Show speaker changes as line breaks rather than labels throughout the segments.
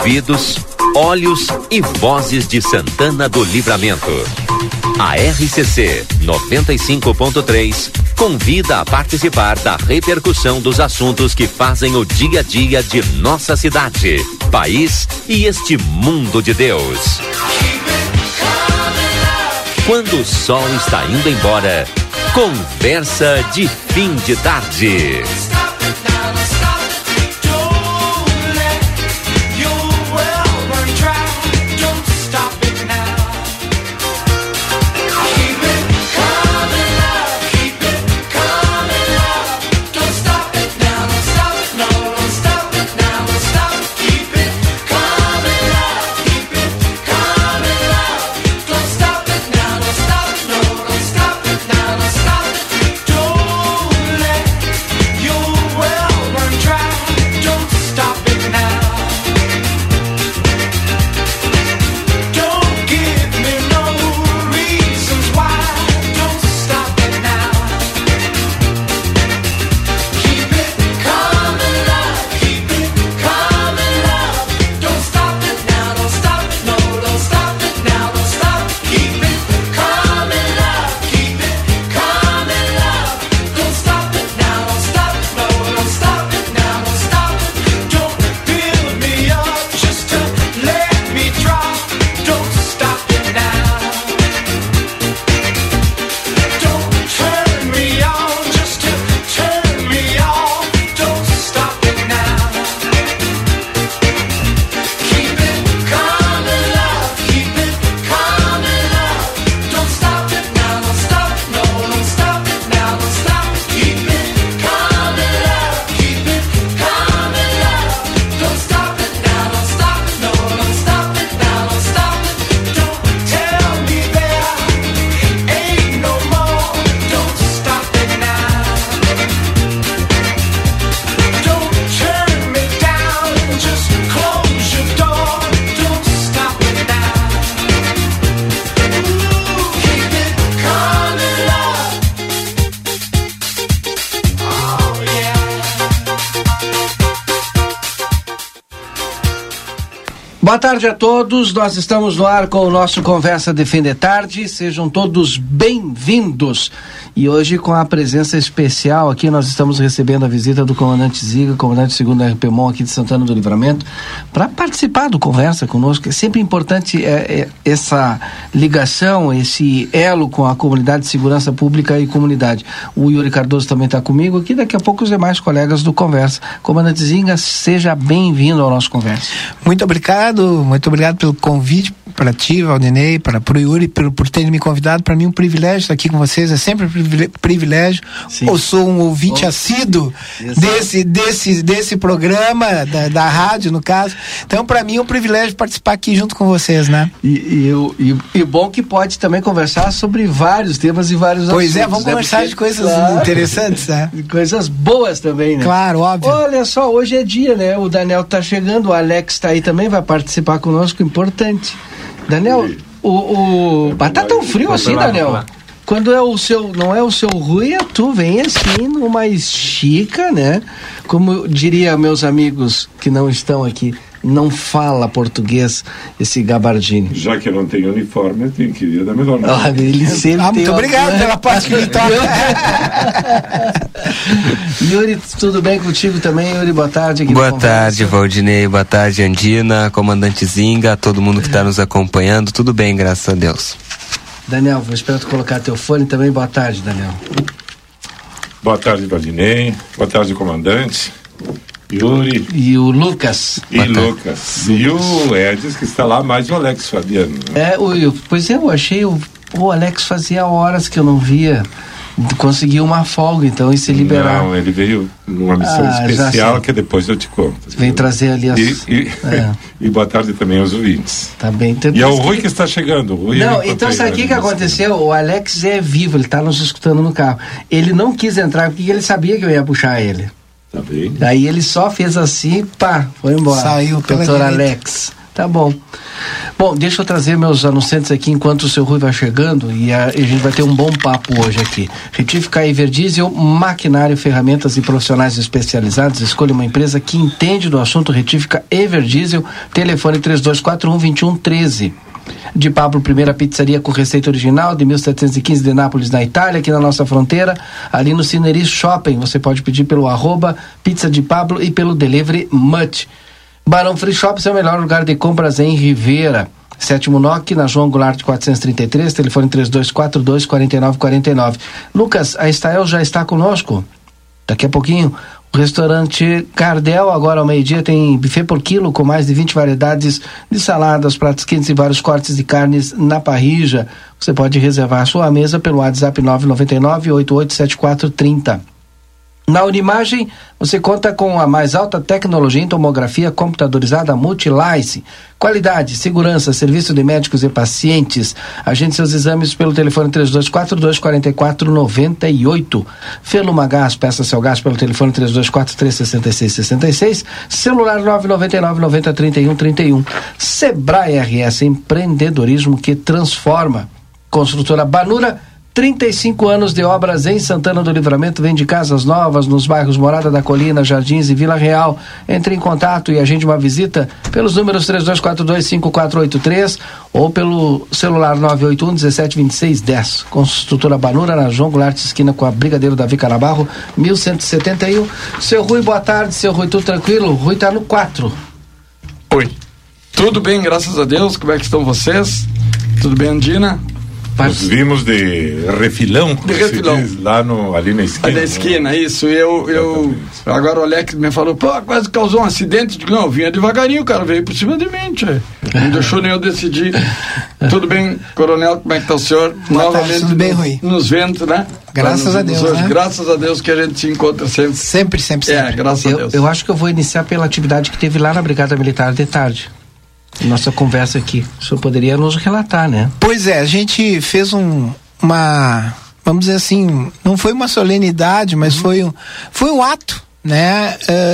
ouvidos, olhos e vozes de Santana do Livramento. A RCC 95.3 convida a participar da repercussão dos assuntos que fazem o dia a dia de nossa cidade, país e este mundo de Deus. Quando o sol está indo embora, conversa de fim de tarde.
Boa tarde a todos, nós estamos no ar com o nosso Conversa de Fim de Tarde, sejam todos bem-vindos. E hoje com a presença especial aqui, nós estamos recebendo a visita do comandante Zinga, comandante 2º RPMON aqui de Santana do Livramento, para participar do Conversa conosco. É sempre importante essa ligação, esse elo com a comunidade de segurança pública e comunidade. O Yuri Cardoso também está comigo aqui, daqui a pouco os demais colegas do Conversa. Comandante Zinga, seja bem-vindo ao nosso Conversa.
Muito obrigado pelo convite, para ti, Valdinei, para o Yuri, por terem me convidado. Para mim é um privilégio estar aqui com vocês, é sempre um privilégio. Sim. Eu sou um ouvinte assíduo desse programa, da rádio, no caso. Então, para mim é um privilégio participar aqui junto com vocês, né?
E bom que pode também conversar sobre vários temas e vários assuntos.
Pois é, vamos conversar de coisas interessantes, né?
Coisas boas também, né?
Claro, óbvio.
Olha só, hoje é dia, né? O Daniel tá chegando, o Alex tá aí também, vai participar conosco, importante. Daniel, tá tão frio assim, Daniel? Quando não é o seu Rui, é tu, vem assim, numa estica, né? Como diria meus amigos que não estão aqui, não fala português esse Gabardini.
Já que eu não tenho uniforme, eu tenho que ir da melhor maneira.
Ele sempre
muito obrigado pela parte que ele toca.
Yuri, tudo bem contigo também, Yuri? Boa tarde.
Boa tarde, Valdinei. Boa tarde, Andina, comandante Zinga, todo mundo que está nos acompanhando. Tudo bem, graças a Deus.
Daniel, vou esperar tu colocar teu fone também. Boa tarde, Daniel.
Boa tarde, Valdinei. Boa tarde, comandante. Yuri.
E o Lucas.
E o Edis, que está lá, mais o Alex Fabiano. Né?
Eu achei o Alex fazia horas que eu não via. Conseguiu uma folga, então, e se liberar.
Não, ele veio numa missão especial que depois eu te conto.
Vem trazer ali as...
E boa tarde também aos ouvintes.
Tá bem. Então,
e é o Rui que está chegando.
Não, então sabe o que aconteceu? O Alex é vivo, ele está nos escutando no carro. Ele não quis entrar porque ele sabia que eu ia puxar ele.
Tá bem.
Daí ele só fez assim, pá, foi embora.
Saiu pela
Doutor Alex. Tá bom. Bom, deixa eu trazer meus anunciantes aqui enquanto o seu Rui vai chegando e a gente vai ter um bom papo hoje aqui. Retificar Everdiesel, maquinário, ferramentas e profissionais especializados. Escolha uma empresa que entende do assunto. Retifica Everdiesel, telefone 3241-2113. De Pablo, primeira pizzaria com receita original, de 1715 de Nápoles, na Itália, aqui na nossa fronteira, ali no Cineris Shopping. Você pode pedir pelo @pizza de Pablo e pelo Delivery Much. Barão Free Shop, seu melhor lugar de compras em Rivera. 7º NOC, na João Goulart 433, telefone 3242-4949. Lucas, a Estael já está conosco. Daqui a pouquinho, o restaurante Cardel, agora ao meio-dia, tem buffet por quilo com mais de 20 variedades de saladas, pratos quentes e vários cortes de carnes na parrilla. Você pode reservar a sua mesa pelo WhatsApp 999-887430. Na Unimagem, você conta com a mais alta tecnologia em tomografia computadorizada Multilice. Qualidade, segurança, serviço de médicos e pacientes. Agende seus exames pelo telefone 3242-4498. Felumagás, peça seu gás pelo telefone 3243-6666. Celular 999-90-3131. Sebrae RS, empreendedorismo que transforma. Construtora Banura, 35 anos de obras em Santana do Livramento, vende casas novas nos bairros Morada da Colina, Jardins e Vila Real. Entre em contato e agende uma visita pelos números 3242-5483 ou pelo celular 981-172610. Construtora Banura, na João Goulart, esquina com a Brigadeiro Davi Canabarro, 1171. Seu Rui, boa tarde. Seu Rui, tudo tranquilo? O Rui tá no 4.
Oi. Tudo bem, graças a Deus. Como é que estão vocês? Tudo bem, Andina?
Nós vimos de refilão, diz, lá ali na esquina.
Na esquina, isso. Agora o Alex me falou, quase causou um acidente. Digo, não, eu vinha devagarinho, o cara veio por cima de mim, tchê. Não deixou nem eu decidir. Tudo bem, coronel, como é que tá o senhor? Novamente,
tudo bem, Rui?
Nos vendo, né?
Graças a Deus, né?
Graças a Deus que a gente se encontra sempre.
Sempre.
Graças a Deus.
Eu acho que eu vou iniciar pela atividade que teve lá na Brigada Militar de tarde. Nossa conversa aqui, o senhor poderia nos relatar, né?
Pois é, a gente fez uma, vamos dizer assim, não foi uma solenidade, mas foi um ato, né?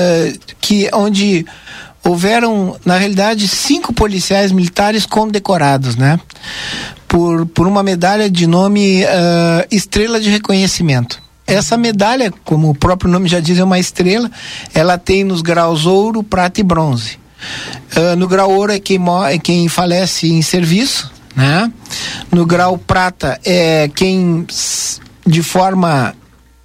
Onde houveram, na realidade, 5 policiais militares condecorados, né? Por uma medalha de nome Estrela de Reconhecimento. Essa medalha, como o próprio nome já diz, é uma estrela. Ela tem nos graus ouro, prata e bronze. No grau ouro é quem falece em serviço, né? No grau prata é quem, de forma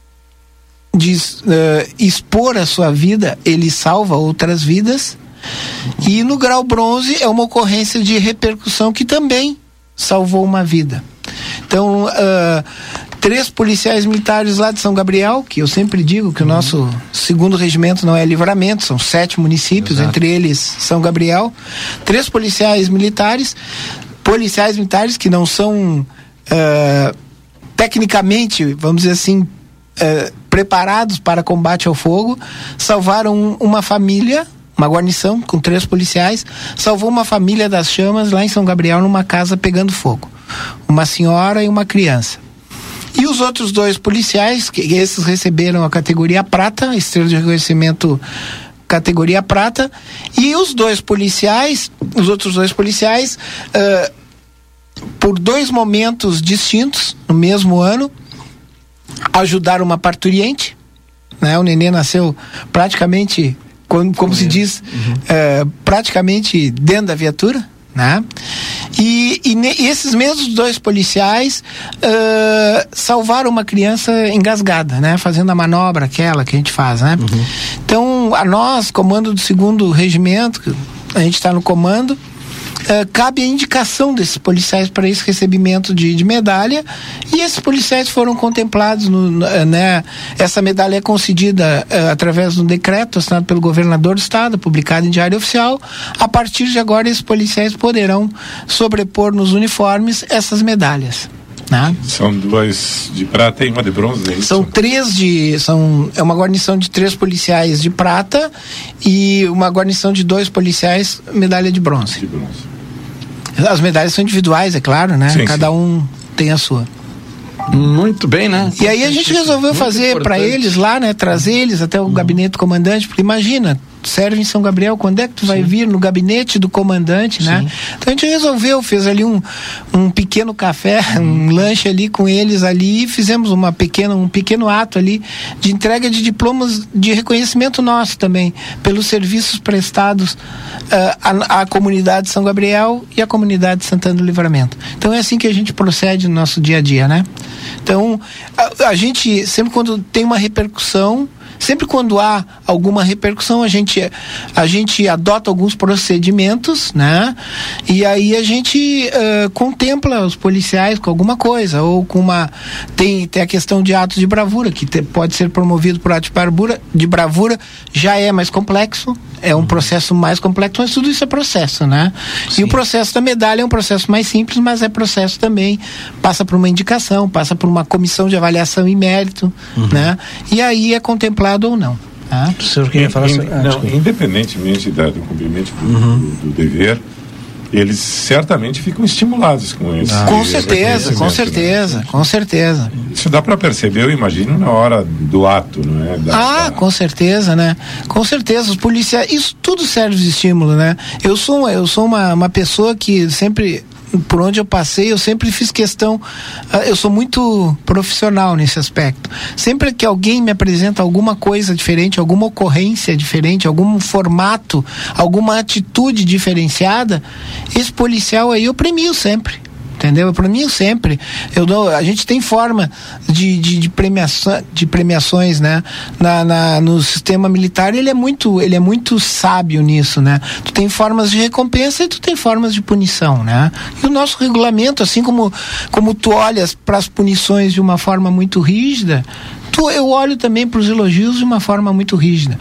de expor a sua vida, ele salva outras vidas. E no grau bronze é uma ocorrência de repercussão que também salvou uma vida. Então, 3 policiais militares lá de São Gabriel, que eu sempre digo que o nosso 2º regimento não é Livramento, são 7 municípios, exato, entre eles São Gabriel. 3 policiais militares que não são tecnicamente, vamos dizer assim, preparados para combate ao fogo, salvaram uma família, uma guarnição com 3 policiais, salvou uma família das chamas lá em São Gabriel, numa casa pegando fogo. Uma senhora e uma criança. E os outros 2 policiais, que esses receberam a categoria prata, estrela de reconhecimento categoria prata, e os outros 2 policiais, por 2 momentos distintos, no mesmo ano, ajudaram uma parturiente, né? O nenê nasceu praticamente, como se diz, praticamente dentro da viatura, né? E esses mesmos 2 policiais salvaram uma criança engasgada, né? Fazendo a manobra aquela que a gente faz, né? Então, a nós, comando do 2º regimento, a gente está no comando, cabe a indicação desses policiais para esse recebimento de medalha, e esses policiais foram contemplados, né? Essa medalha é concedida através de um decreto assinado pelo governador do estado, publicado em Diário Oficial. A partir de agora, esses policiais poderão sobrepor nos uniformes essas medalhas, né?
São 2 de prata e uma de bronze, é isso?
São 3 é uma guarnição de 3 policiais de prata e uma guarnição de 2 policiais medalha de bronze. As medalhas são individuais, é claro, né? Sim, cada um tem a sua.
Muito bem, né?
E aí a gente resolveu fazer para eles lá, né? Trazer eles até o gabinete do comandante, porque imagina, serve em São Gabriel, quando é que tu vai vir? No gabinete do comandante, né? Então a gente resolveu, fez ali um pequeno café, um lanche ali com eles ali, e fizemos um pequeno ato ali de entrega de diplomas de reconhecimento nosso também, pelos serviços prestados à comunidade de São Gabriel e à comunidade de Santana do Livramento. Então é assim que a gente procede no nosso dia a dia, né? Então, a gente, sempre quando tem uma repercussão, sempre quando há alguma repercussão, a gente adota alguns procedimentos, né? E aí a gente contempla os policiais com alguma coisa, ou com tem a questão de atos de bravura, que pode ser promovido por atos de bravura, já é mais complexo, é um processo mais complexo, mas tudo isso é processo, né? Sim. E o processo da medalha é um processo mais simples, mas é processo também, passa por uma indicação, passa por uma comissão de avaliação e mérito, né? E aí é contemplado ou não.
O senhor queria falar sobre...
Independentemente do cumprimento do dever, eles certamente ficam estimulados com isso.
Com certeza.
Isso dá para perceber, eu imagino, na hora do ato, não é?
Com certeza, né? Com certeza, os policiais, isso tudo serve de estímulo, né? Eu sou uma pessoa que sempre, por onde eu passei, eu sempre fiz questão, eu sou muito profissional nesse aspecto. Sempre que alguém me apresenta alguma coisa diferente, alguma ocorrência diferente, algum formato, alguma atitude diferenciada, esse policial aí eu premio sempre. Entendeu? Eu premio sempre. A gente tem forma de premiações, né? No sistema militar, ele é muito sábio nisso, né? Tu tem formas de recompensa e tu tem formas de punição, né? E o nosso regulamento, assim como tu olhas para as punições de uma forma muito rígida, eu olho também para os elogios de uma forma muito rígida.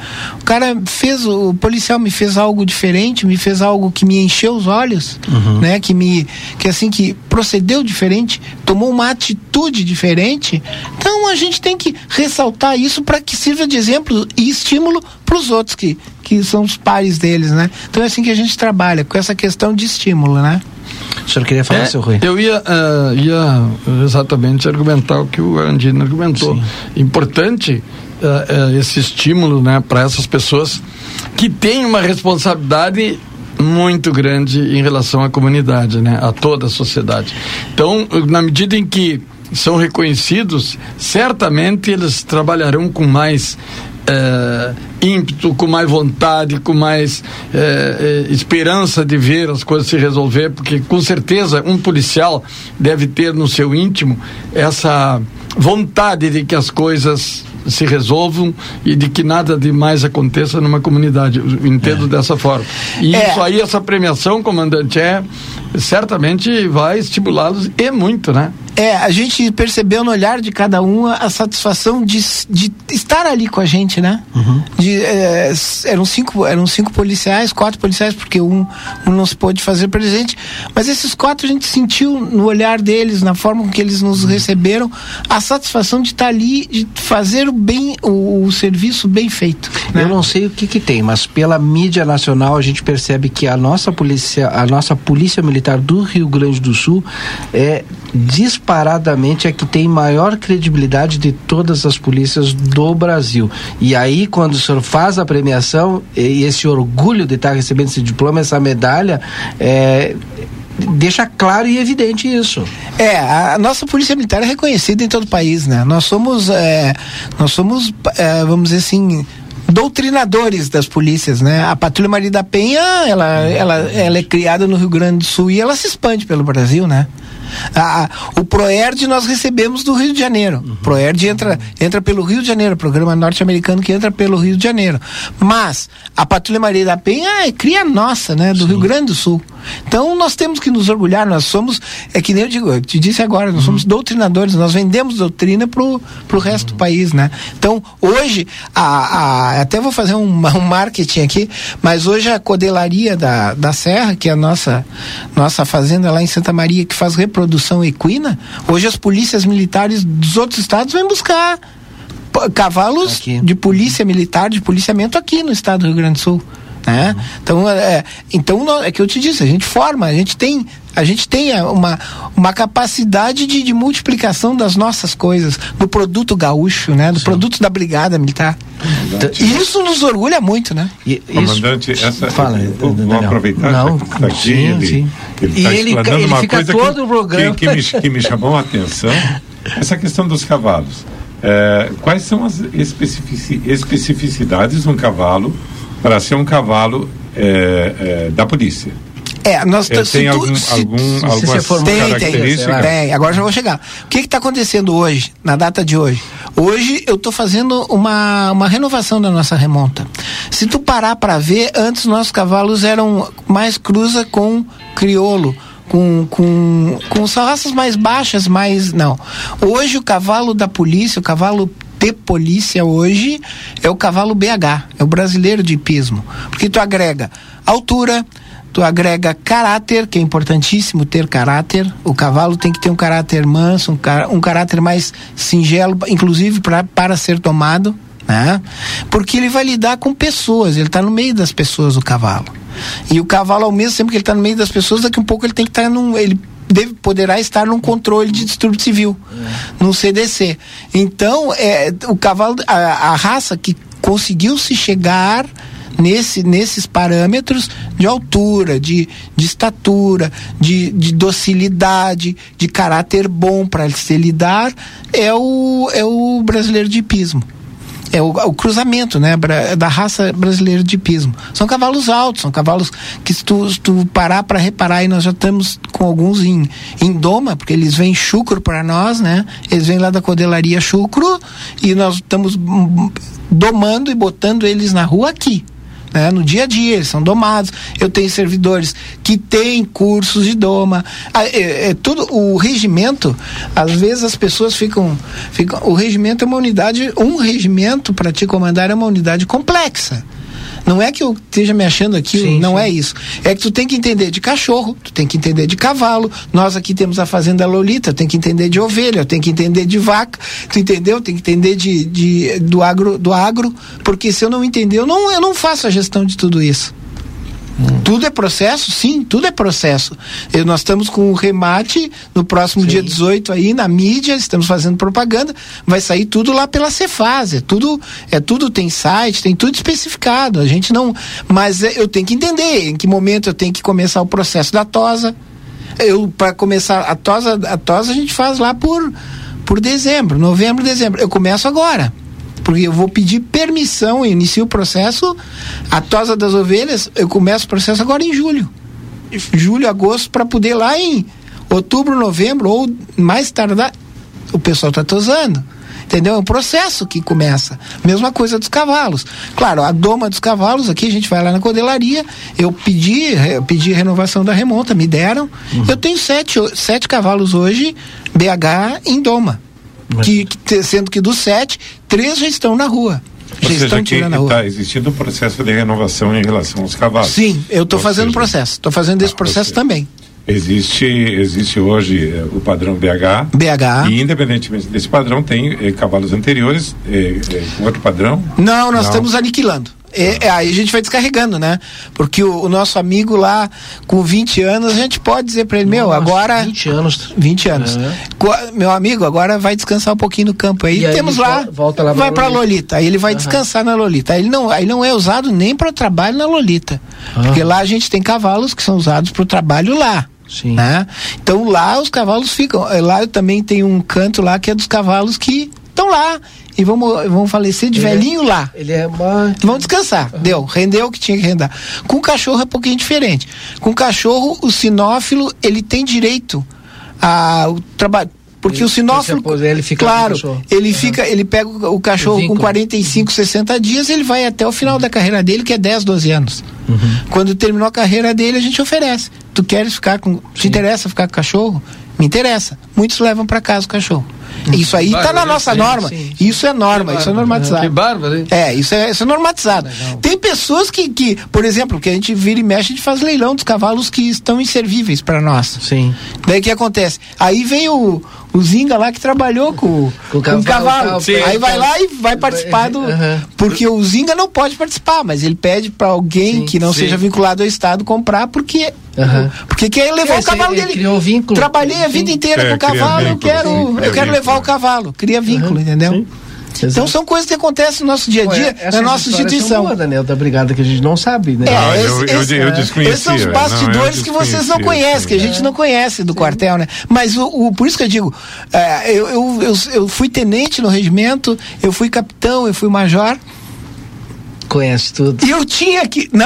O policial me fez algo diferente, me fez algo que me encheu os olhos, né? Que procedeu diferente, tomou uma atitude diferente. Então a gente tem que ressaltar isso para que sirva de exemplo e estímulo para os outros que são os pares deles, né? Então é assim que a gente trabalha, com essa questão de estímulo, né?
O senhor queria falar, seu Rui?
Eu ia exatamente argumentar o que o Andino argumentou. Sim. Importante esse estímulo, né, para essas pessoas que têm uma responsabilidade muito grande em relação à comunidade, né, a toda a sociedade. Então, na medida em que são reconhecidos, certamente eles trabalharão com mais ímpeto, com mais vontade, com mais esperança de ver as coisas se resolver, porque com certeza um policial deve ter no seu íntimo essa vontade de que as coisas se resolvam e de que nada demais aconteça numa comunidade. Eu entendo dessa forma. E isso aí, essa premiação, comandante, certamente vai estimulá-los e muito, né?
A gente percebeu no olhar de cada um a satisfação de estar ali com a gente, né? Eram cinco policiais, 4 policiais, porque um não se pôde fazer presente, mas esses 4 a gente sentiu no olhar deles, na forma com que eles nos receberam, a satisfação de estar ali, de fazer o serviço bem feito, né?
Eu não sei o que tem, mas pela mídia nacional a gente percebe que a nossa polícia militar do Rio Grande do Sul é disparadamente a que tem maior credibilidade de todas as polícias do Brasil. E aí, quando o senhor faz a premiação e esse orgulho de estar recebendo esse diploma, essa medalha, deixa claro e evidente isso.
A nossa polícia militar é reconhecida em todo o país, né? Nós somos, vamos dizer assim, doutrinadores das polícias, né? A Patrulha Maria da Penha, ela é criada no Rio Grande do Sul e ela se expande pelo Brasil, né? O PROERD nós recebemos do Rio de Janeiro. O PROERD entra pelo Rio de Janeiro, programa norte-americano que entra pelo Rio de Janeiro. Mas a Patrulha Maria da Penha é cria nossa, né? Do Rio Grande do Sul. Então nós temos que nos orgulhar, nós somos, que nem eu te disse agora, nós somos doutrinadores, nós vendemos doutrina pro resto do país, né? Então hoje, até vou fazer um marketing aqui, mas hoje a Codelaria da Serra, que é a nossa fazenda lá em Santa Maria, que faz reprodução equina, hoje as polícias militares dos outros estados vêm buscar cavalos aqui de polícia militar, de policiamento aqui no estado do Rio Grande do Sul. Então é que eu te disse, a gente forma, a gente tem A gente tem uma capacidade de multiplicação das nossas coisas, do produto gaúcho, né? Do produto da Brigada Militar. E isso nos orgulha muito, né?
Comandante, vou aproveitar que aqui,
ele está explanando uma coisa
que me chamou a atenção, essa questão dos cavalos. Quais são as especificidades de um cavalo para ser um cavalo da polícia?
Nós
tem algumas características?
Tem, agora já vou chegar. O que está acontecendo hoje, na data de hoje? Hoje eu estou fazendo uma renovação da nossa remonta. Se tu parar para ver, antes nossos cavalos eram mais cruza com crioulo, com raças mais baixas, não. Hoje o cavalo da polícia, o cavalo de polícia hoje é o cavalo BH, é o brasileiro de hipismo, porque tu agrega altura, tu agrega caráter, que é importantíssimo ter caráter. O cavalo tem que ter um caráter manso, um caráter mais singelo, inclusive para ser domado, né? Porque ele vai lidar com pessoas, ele está no meio das pessoas, o cavalo. E o cavalo, ao mesmo tempo que ele está no meio das pessoas, daqui a um pouco ele tem que estar poderá estar num controle de distúrbio civil, num CDC. Então, o cavalo, a raça que conseguiu se chegar nesses parâmetros de altura, de estatura, de docilidade, de caráter bom para se lidar, é o brasileiro de hipismo. É o cruzamento, né, da raça brasileira de hipismo. São cavalos altos, são cavalos que se tu parar para reparar, e nós já estamos com alguns em doma, porque eles vêm chucro para nós, né? Eles vêm lá da codelaria chucro, e nós estamos domando e botando eles na rua aqui. No dia a dia, eles são domados. Eu tenho servidores que têm cursos de doma. Tudo, o regimento, às vezes as pessoas ficam. O regimento é uma unidade, um regimento para te comandar é uma unidade complexa. Não é que eu esteja me achando aquilo, não é isso. É que tu tem que entender de cachorro, tu tem que entender de cavalo. Nós aqui temos a fazenda Lolita, tem que entender de ovelha, tem que entender de vaca, tu entendeu? Tem que entender do agro, porque se eu não entender, eu não faço a gestão de tudo isso. Tudo é processo? Sim, tudo é processo. Nós estamos com o remate no próximo dia 18 aí na mídia, estamos fazendo propaganda, vai sair tudo lá pela Cefaz, tudo tem site, tem tudo especificado, a gente não, mas eu tenho que entender em que momento eu tenho que começar o processo da tosa. Para começar a tosa a gente faz lá por novembro, dezembro, eu começo agora. Porque eu vou pedir permissão e inicio o processo. A tosa das ovelhas, eu começo o processo agora em julho, agosto, para poder lá em outubro, novembro ou mais tardar, o pessoal está tosando, entendeu? É um processo que começa. Mesma coisa dos cavalos. Claro, a doma dos cavalos, aqui a gente vai lá na codelaria, eu pedi renovação da remonta, me deram. Eu tenho 7 cavalos hoje, BH em doma. Sendo que dos 7, 3 já estão na rua.
Ou seja, que está existindo um processo de renovação em relação aos cavalos.
Sim, eu estou fazendo processo. Estou fazendo esse processo também.
Existe hoje o padrão BH. E independentemente desse padrão, tem cavalos anteriores com outro padrão?
Não, nós estamos aniquilando. Aí a gente vai descarregando, né? Porque o nosso amigo lá com 20 anos, a gente pode dizer pra ele, agora 20 anos. Meu amigo, agora vai descansar um pouquinho no campo aí. E temos lá, vai pra Lolita. Aí ele vai descansar na Lolita. Aí não é usado nem para o trabalho na Lolita. Porque lá a gente tem cavalos que são usados para o trabalho lá.
Sim.
Né? Então lá os cavalos ficam. Lá eu também tenho um canto lá que é dos cavalos que estão lá e vão falecer de velhinho lá. Vão descansar. Rendeu o que tinha que render. Com o cachorro é um pouquinho diferente. Com o cachorro, o sinófilo, ele tem direito ao trabalho. Porque o sinófilo,
ele fica,
claro, ele pega o cachorro com 45, 60 dias, ele vai até o final da carreira dele, que é 10, 12 anos. Quando terminou a carreira dele, a gente oferece. Tu queres ficar com... Te interessa ficar com o cachorro? Me interessa. Muitos levam para casa o cachorro. Isso aí está na nossa norma. Isso é norma, isso é normatizado.
Que bárbaro, hein?
Isso é normatizado. Legal. Tem pessoas que, por exemplo, que a gente vira e mexe, a gente faz leilão dos cavalos que estão inservíveis para nós.
Sim.
Daí o que acontece? Aí vem o Zinga lá que trabalhou com o cavalo. Aí vai lá e vai participar do... Porque o Zinga não pode participar, mas ele pede para alguém que não seja vinculado ao Estado comprar, porque Porque quer levar o cavalo dele.
Criou vínculo.
Trabalhei a vida inteira com o cavalo, eu quero levar o cavalo. Cria vínculo, entendeu? Sim. Então são coisas que acontecem no nosso dia a dia, na nossa instituição.
Boa, Daniel, da brigada que a gente não sabe, né?
Eu desconhecia.
Esses são os bastidores que vocês não conhecem, que a gente não conhece do quartel, né? Mas por isso que eu digo, eu fui tenente no regimento, eu fui capitão, eu fui major.
Conhece tudo.
E eu tinha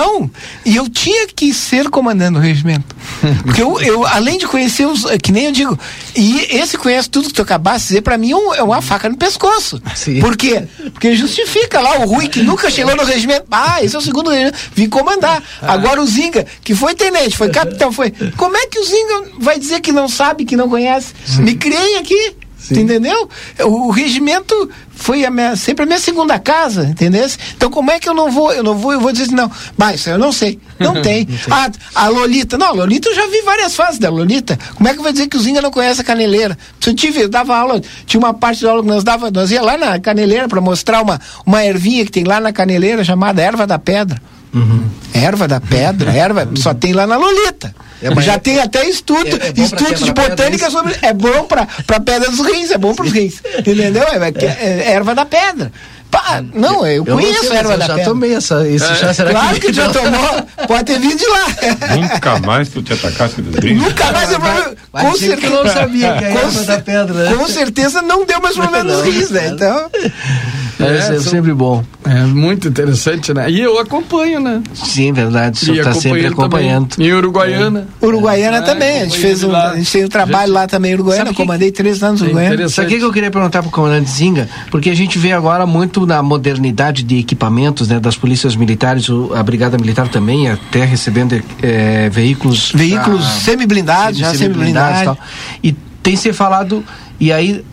que ser comandante do regimento. Porque eu além de conhecer que nem eu digo, e esse conhece tudo que tu acabaste de dizer, pra mim é uma faca no pescoço.
Sim.
Por quê? Porque justifica lá o Rui, que nunca chegou no regimento. Esse é o segundo regimento, vim comandar. Agora o Zinga, que foi tenente, foi capitão, como é que o Zinga vai dizer que não sabe, que não conhece? Me criei aqui. Tu entendeu? O regimento foi sempre a minha segunda casa, entendeu? Então como é que eu vou dizer assim, não, isso eu não sei, não tem. A Lolita, a Lolita eu já vi várias fases da Lolita. Como é que eu vou dizer que o Zinga não conhece a Caneleira? Eu dava aula, tinha uma parte da aula que nós ia lá na Caneleira para mostrar uma ervinha que tem lá na Caneleira chamada Erva da Pedra. Erva da pedra, só tem lá na Lolita. Já tem até estudo de botânica sobre. É bom pra pedra dos rins, é bom pros rins. Entendeu? É erva da pedra. Não, eu conheço a erva da pedra.
Já tomei esse chá, será
claro que já tomou, pode ter vindo de lá.
Nunca mais tu te atacasse dos rins?
Nunca mais eu
com certeza eu não sabia que é erva da pedra, né?
Com certeza não deu mais problema nos rins, né? Então.
É sempre bom.
É muito interessante, né? E eu acompanho, né?
Sim, verdade. Você está sempre acompanhando.
Também. E Uruguaiana.
Uruguaiana também. A gente tem um trabalho lá também em Uruguaiana. Eu comandei 3 anos em Uruguaiana.
Sabe o que eu queria perguntar para o comandante Zinga? Porque a gente vê agora muito na modernidade de equipamentos, né, das polícias militares, a Brigada Militar também, até recebendo veículos
semi-blindados, já semi-blindados.
E tem se falado, e aí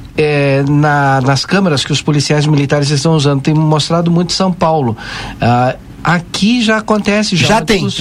nas câmeras que os policiais militares estão usando, tem mostrado muito São Paulo. Aqui já acontece.
Já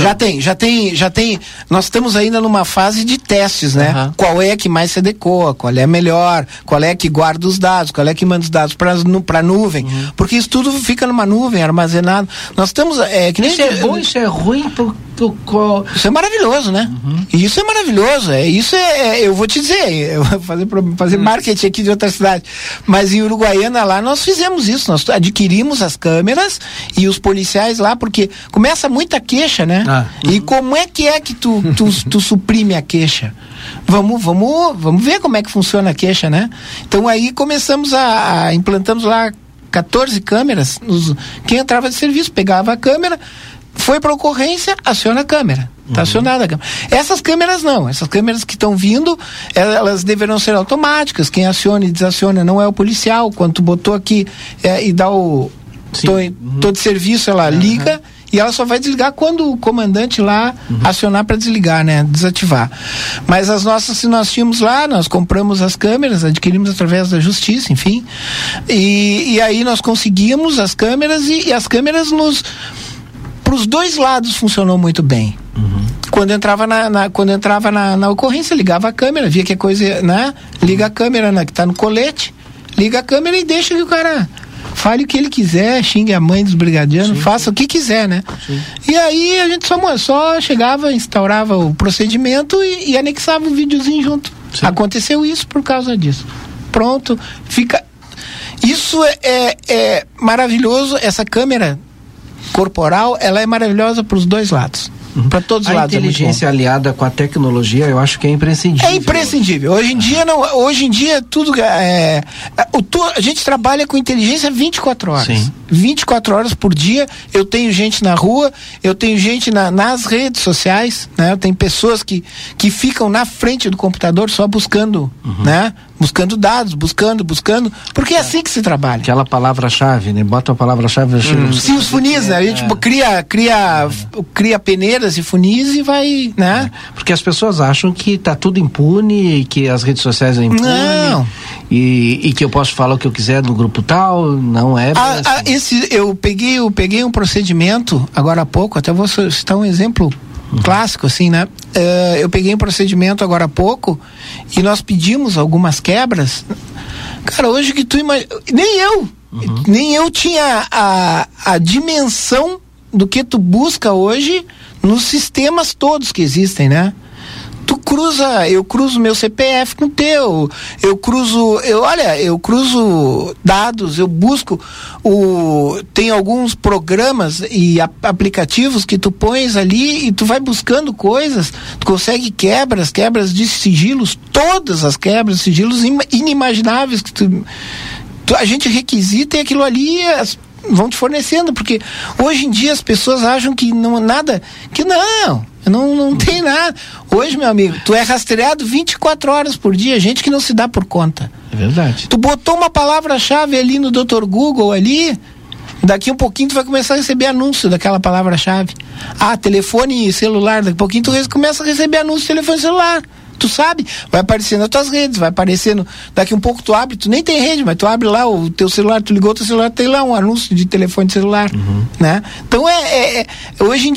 tem. Nós estamos ainda numa fase de testes, né? Qual é que mais se adequa, qual é a melhor, qual é que guarda os dados, qual é que manda os dados para nuvem. Porque isso tudo fica numa nuvem, armazenado. Nós estamos.
Isso é bom, isso é ruim.
Isso é maravilhoso, né? Isso é maravilhoso. Eu vou te dizer, eu vou fazer marketing aqui de outra cidade. Mas em Uruguaiana lá nós fizemos isso, nós adquirimos as câmeras e os policiais lá, porque começa muita queixa, né? E como é que tu suprime a queixa? Vamos ver como é que funciona a queixa, né? Então aí começamos implantamos lá 14 câmeras. Quem entrava de serviço pegava a câmera, foi para ocorrência, aciona a câmera. Está acionada a câmera. Essas câmeras não. Essas câmeras que estão vindo, elas deverão ser automáticas. Quem aciona e desaciona não é o policial. Quando tu botou aqui e dá tô de serviço, ela liga e ela só vai desligar quando o comandante lá acionar para desligar, né? Desativar. Mas as nossas, se nós tínhamos lá, nós compramos as câmeras, adquirimos através da justiça, enfim. E aí nós conseguimos as câmeras e as câmeras para os dois lados funcionou muito bem. Quando entrava na ocorrência, ligava a câmera, via que a coisa, né? Liga a câmera que está no colete, liga a câmera e deixa que o cara fale o que ele quiser, xingue a mãe dos brigadianos, faça o que quiser, né? E aí a gente só chegava, instaurava o procedimento e anexava o videozinho junto. Aconteceu isso por causa disso. Pronto, fica. Isso é maravilhoso, essa câmera corporal, ela é maravilhosa para os dois lados. Para todos os lados.
A inteligência aliada com a tecnologia, eu acho que é imprescindível.
É imprescindível. Hoje em dia tudo a gente trabalha com inteligência 24 horas. Sim. 24 horas por dia. Eu tenho gente na rua, eu tenho gente nas redes sociais, né? Eu tenho pessoas que ficam na frente do computador só buscando, né? Buscando dados, buscando, porque é assim que se trabalha.
Aquela palavra-chave, né? Bota a palavra-chave.
Sim, os funis, né? A gente cria peneiras e funis e vai, né?
Porque as pessoas acham que tá tudo impune, que as redes sociais é impune.
Não.
E que eu posso falar o que eu quiser no grupo tal, não é assim.
Eu peguei um procedimento, agora há pouco, até vou citar um exemplo clássico, assim, né? Eu peguei um procedimento agora há pouco e nós pedimos algumas quebras. Cara, hoje que tu imagina, nem eu tinha a dimensão do que tu busca hoje nos sistemas todos que existem, né? Eu cruzo meu CPF com o teu, eu cruzo dados, eu busco tem alguns programas e aplicativos que tu pões ali e tu vai buscando coisas, tu consegue quebras de sigilos, todas as quebras de sigilos inimagináveis que a gente requisita e aquilo ali vão te fornecendo, porque hoje em dia as pessoas acham que não tem nada. Hoje, meu amigo, tu é rastreado 24 horas por dia, gente que não se dá por conta.
É verdade.
Tu botou uma palavra-chave ali no Dr. Google ali, daqui um pouquinho tu vai começar a receber anúncio daquela palavra-chave. Telefone celular, daqui a pouquinho tu começa a receber anúncio de telefone celular. Tu sabe, vai aparecer nas tuas redes, vai aparecendo, daqui um pouco tu abre, tu nem tem rede, mas tu abre lá o teu celular, tu ligou o teu celular, tem lá um anúncio de telefone celular, né? Então hoje em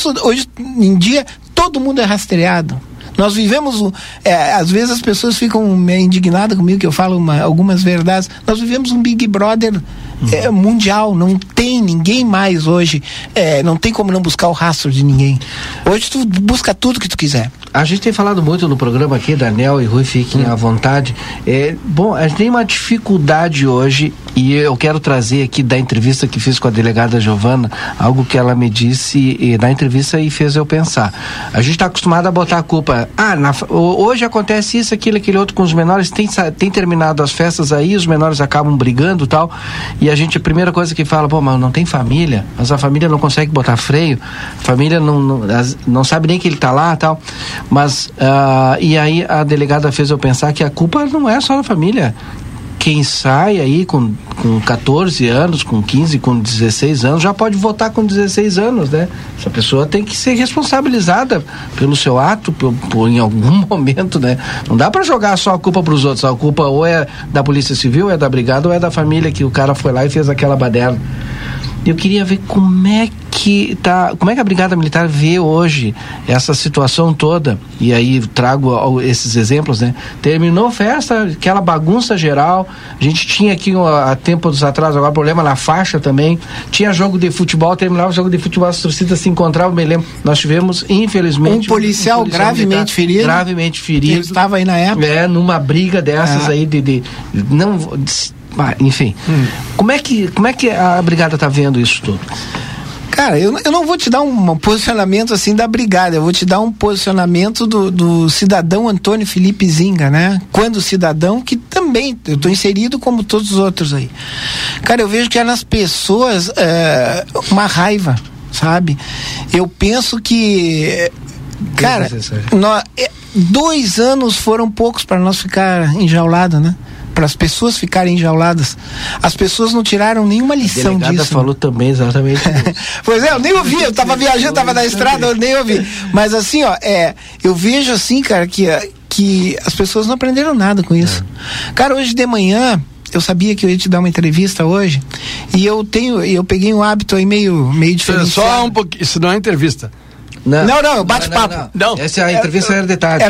dia todo mundo é rastreado. Nós vivemos, às vezes as pessoas ficam meio indignadas comigo que eu falo algumas verdades. Nós vivemos um Big Brother mundial, não tem ninguém mais hoje, não tem como não buscar o rastro de ninguém. Hoje tu busca tudo que tu quiser.
A gente tem falado muito no programa aqui, Daniel e Rui, fiquem à vontade. Bom, a gente tem uma dificuldade hoje, e eu quero trazer aqui da entrevista que fiz com a delegada Giovana, algo que ela me disse na entrevista e fez eu pensar. A gente está acostumado a botar a culpa, hoje acontece isso, aquilo, aquele outro com os menores, tem terminado as festas aí, os menores acabam brigando e tal, e a primeira coisa que fala, mas não tem família, mas a família não consegue botar freio, a família não sabe nem que ele está lá e tal. Mas, e aí a delegada fez eu pensar que a culpa não é só da família. Quem sai aí com 14 anos, com 15, com 16 anos, já pode votar com 16 anos, né? Essa pessoa tem que ser responsabilizada pelo seu ato, em algum momento, né? Não dá pra jogar só a culpa pros outros. A culpa ou é da Polícia Civil, ou é da Brigada, ou é da família que o cara foi lá e fez aquela baderna. Eu queria ver como é que a Brigada Militar vê hoje essa situação toda, e aí trago esses exemplos, né? Terminou a festa, aquela bagunça geral, a gente tinha aqui há tempos atrás agora problema na faixa também, tinha jogo de futebol, terminava o jogo de futebol, as torcidas se encontravam, me lembro, nós tivemos infelizmente
um policial gravemente ferido, ele estava aí na época,
numa briga dessas aí enfim, como é que a Brigada está vendo isso tudo?
Cara, eu não vou te dar um posicionamento assim da Brigada, eu vou te dar um posicionamento do cidadão Antônio Felipe Zinga, né? Quando cidadão, que também, eu tô inserido como todos os outros aí. Cara, eu vejo que é nas pessoas uma raiva, sabe? Eu penso que, cara, 2 anos foram poucos para nós ficar enjaulados, né? Para as pessoas ficarem enjauladas. As pessoas não tiraram nenhuma lição disso. A delegada
falou também exatamente
Pois eu nem ouvi, eu tava viajando, tava na estrada, eu nem ouvi. Mas assim, eu vejo assim, cara, que as pessoas não aprenderam nada com isso. Cara, hoje de manhã, eu sabia que eu ia te dar uma entrevista hoje, e eu peguei um hábito aí meio diferente.
Só um pouquinho, isso não é entrevista.
Não, bate-papo.
Não. Essa a entrevista era de tarde.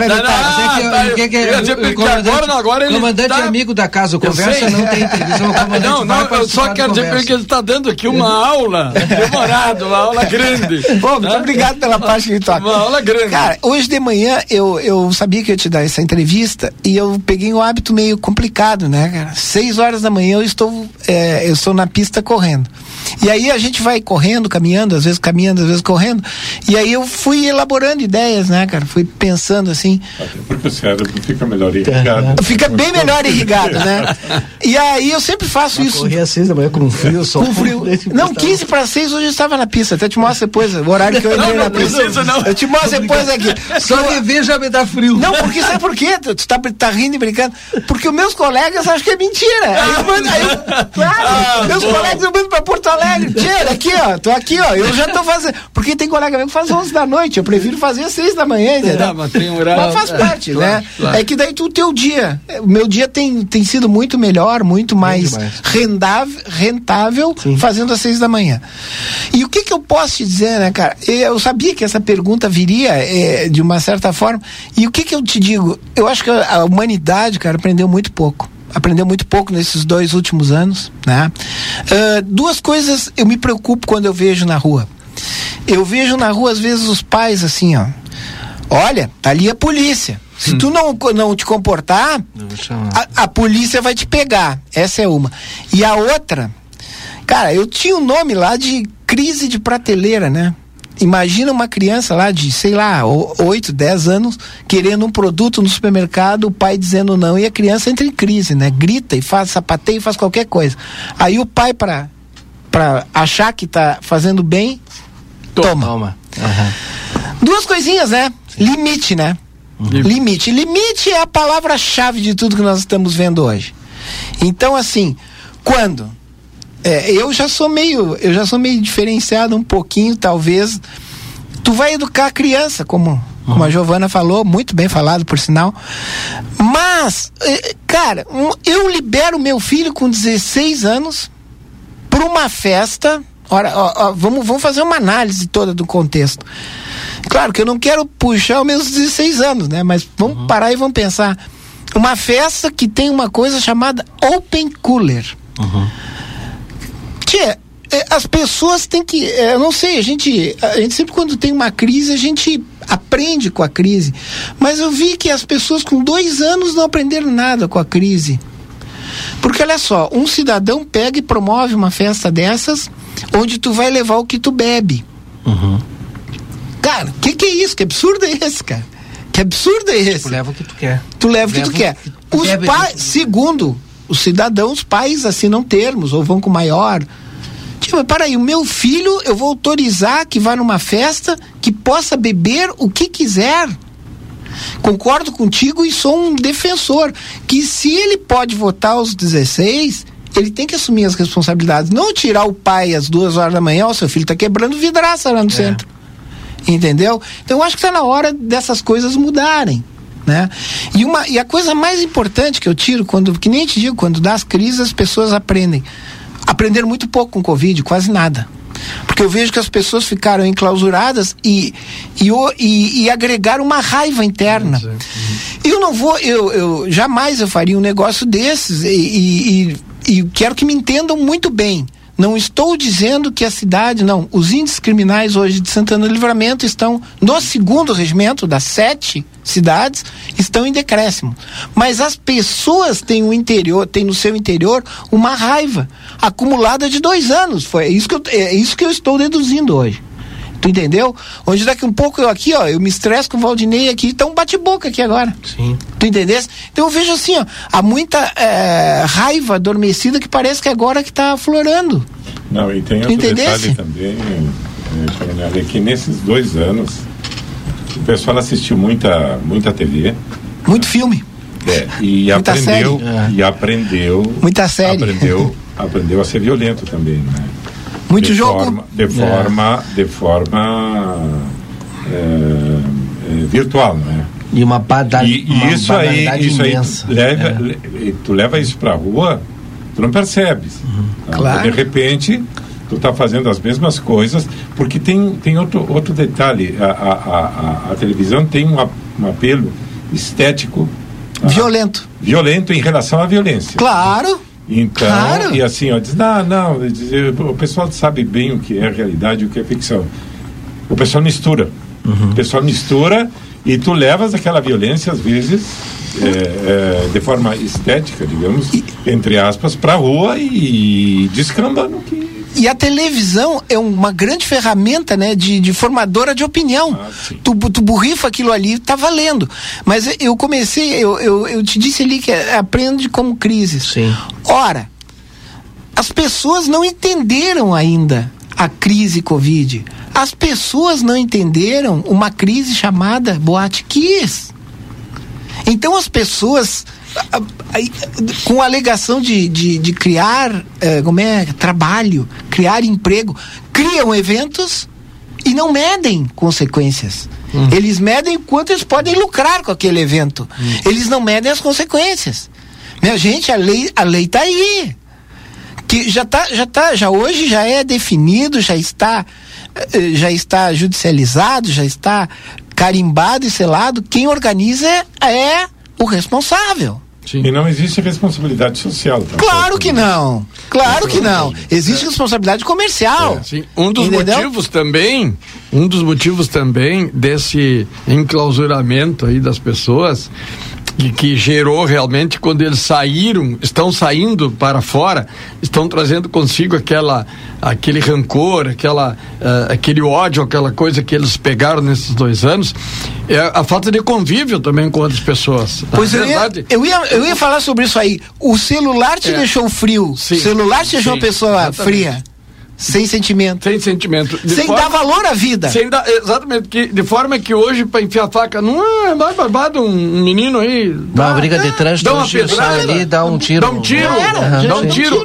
Agora ele
comandante é amigo da casa, o Conversa não tem entrevista.
Eu só quero dizer que ele está dando aqui uma aula demorada, uma aula grande.
Muito obrigado pela parte que toca.
Uma aula grande.
Cara, hoje de manhã eu sabia que eu ia te dar essa entrevista e eu peguei um hábito meio complicado, né, cara? 6 horas da manhã eu estou na pista correndo. E aí a gente vai correndo, caminhando, às vezes correndo, e aí eu fui elaborando ideias, né, cara? Fui pensando assim.
Porque o cérebro fica melhor irrigado.
Fica bem melhor irrigado, né? E aí eu sempre faço isso.
Corri às 6 da manhã com frio, só.
Com frio. Não, 15 para 6 hoje eu estava na pista. Até te mostro depois o horário que eu entrei na pista. Eu te mostro depois aqui.
Só de ver já me dá frio.
Não, porque sabe por quê? Tu tá rindo e brincando. Porque os meus colegas acham que é mentira. Meus colegas eu mando pra Porto Alegre. Tira, aqui, ó. Tô aqui, ó. Eu já tô fazendo. Porque tem colega meu que faz 11 da noite. Eu prefiro fazer às 6 da manhã, entendeu?
Mas tem horário.
Mas faz parte, né? Claro. É que daí o teu dia. O meu dia tem sido muito melhor, muito mais rentável fazendo às 6 da manhã. E o que eu posso te dizer, né, cara? Eu sabia que essa pergunta viria de uma certa forma. E o que eu te digo? Eu acho que a humanidade, cara, aprendeu muito pouco nesses 2 últimos anos, né? 2 coisas eu me preocupo quando eu vejo na rua. eu vejo na rua às vezes os pais assim, ó, olha, tá ali a polícia, se tu não te comportar, a polícia vai te pegar. Essa é uma. E a outra, cara, eu tinha um nome lá de crise de prateleira, né? Imagina uma criança lá de, sei lá, 8, 10 anos, querendo um produto no supermercado, o pai dizendo não, e a criança entra em crise, né? Grita e sapateia e faz qualquer coisa. Aí o pai, pra achar que tá fazendo bem, toma. Duas coisinhas, né? Limite, né? Limite. Limite é a palavra-chave de tudo que nós estamos vendo hoje. Então, assim, quando... eu já sou meio diferenciado um pouquinho, talvez. Tu vai educar a criança, como a Giovana falou, muito bem falado, por sinal. Mas, cara, eu libero meu filho com 16 anos para uma festa. Ora, vamos fazer uma análise toda do contexto. Claro que eu não quero puxar os meus 16 anos, né? Mas vamos parar e vamos pensar. Uma festa que tem uma coisa chamada Open Cooler. As pessoas têm que, eu não sei, a gente sempre quando tem uma crise, a gente aprende com a crise, mas eu vi que as pessoas com 2 anos não aprenderam nada com a crise, porque olha só, um cidadão pega e promove uma festa dessas, onde tu vai levar o que tu bebe. Cara, que é isso? Que absurdo é esse, cara? Que absurdo é esse?
Tu leva o que tu quer.
Tu leva o que tu quer. Os pais, segundo os cidadãos, pais assinam termos ou vão com maior. Mas para aí, o meu filho, eu vou autorizar que vá numa festa que possa beber o que quiser. Concordo contigo e sou um defensor. Que se ele pode votar aos 16, ele tem que assumir as responsabilidades. Não tirar o pai às 2 horas da manhã, o seu filho está quebrando vidraça lá no centro. Entendeu? Então eu acho que está na hora dessas coisas mudarem. Né? E a coisa mais importante que eu tiro, que nem te digo, quando dá as crises, as pessoas aprenderam muito pouco com o Covid, quase nada. Porque eu vejo que as pessoas ficaram enclausuradas e agregaram uma raiva interna. Eu jamais eu faria um negócio desses e quero que me entendam muito bem. Não estou dizendo que a cidade, não. Os índices criminais hoje de Santana do Livramento estão no 2º regimento das 7 cidades, estão em decréscimo. Mas as pessoas têm no seu interior uma raiva acumulada de 2 anos. É isso que eu estou deduzindo hoje. Tu entendeu? Onde daqui um pouco eu me estresso com o Valdinei aqui, tá um bate-boca aqui agora. Sim. Tu entendesse? Então eu vejo assim, há muita raiva adormecida que parece que agora que tá aflorando.
Não, e tem outro detalhe também, é que nesses 2 anos o pessoal assistiu muita TV.
Muito filme.
E aprendeu. E aprendeu.
Muita série.
Aprendeu a ser violento também, né?
Muito jogo.
De forma virtual, né?
E uma banalidade imensa.
Tu leva isso pra rua, tu não percebes.
Claro.
De repente, tu tá fazendo as mesmas coisas, porque tem outro detalhe. A televisão tem um apelo estético. Violento em relação à violência.
Claro.
Então, claro. E assim, diz, o pessoal sabe bem o que é realidade e o que é ficção. O pessoal mistura. O pessoal mistura e tu levas aquela violência, às vezes, de forma estética, digamos, entre aspas, pra rua e descamba no que...
E a televisão é uma grande ferramenta, né, de formadora de opinião. Tu borrifa aquilo ali, tá valendo. Mas eu comecei, eu te disse ali que aprende como crise.
Sim.
Ora, as pessoas não entenderam ainda a crise Covid. As pessoas não entenderam uma crise chamada Boate Kiss. Então as pessoas... com a alegação de criar trabalho, criar emprego, criam eventos e não medem consequências. Eles medem quanto eles podem lucrar com aquele evento. Eles não medem as consequências. Minha gente, a lei tá aí, que já hoje já é definido, já está judicializado, já está carimbado e selado. Quem organiza é o responsável.
Sim. E não existe responsabilidade social.
Claro que não. Claro que não. Existe responsabilidade comercial.
Sim. Um dos motivos também desse enclausuramento aí das pessoas e que gerou realmente quando eles estão saindo para fora, estão trazendo consigo aquele rancor, aquele ódio, aquela coisa que eles pegaram nesses 2 anos, é a falta de convívio também com outras pessoas.
Pois eu ia falar sobre isso aí. O celular te deixou frio. Sim. O celular te deixou uma pessoa fria. Sem sentimento. Sem dar valor à vida.
Exatamente. De forma que hoje, para enfiar a faca, não é mais barbado um menino aí.
Dá uma briga de trânsito, sai ali, dá um tiro.
Dá um tiro.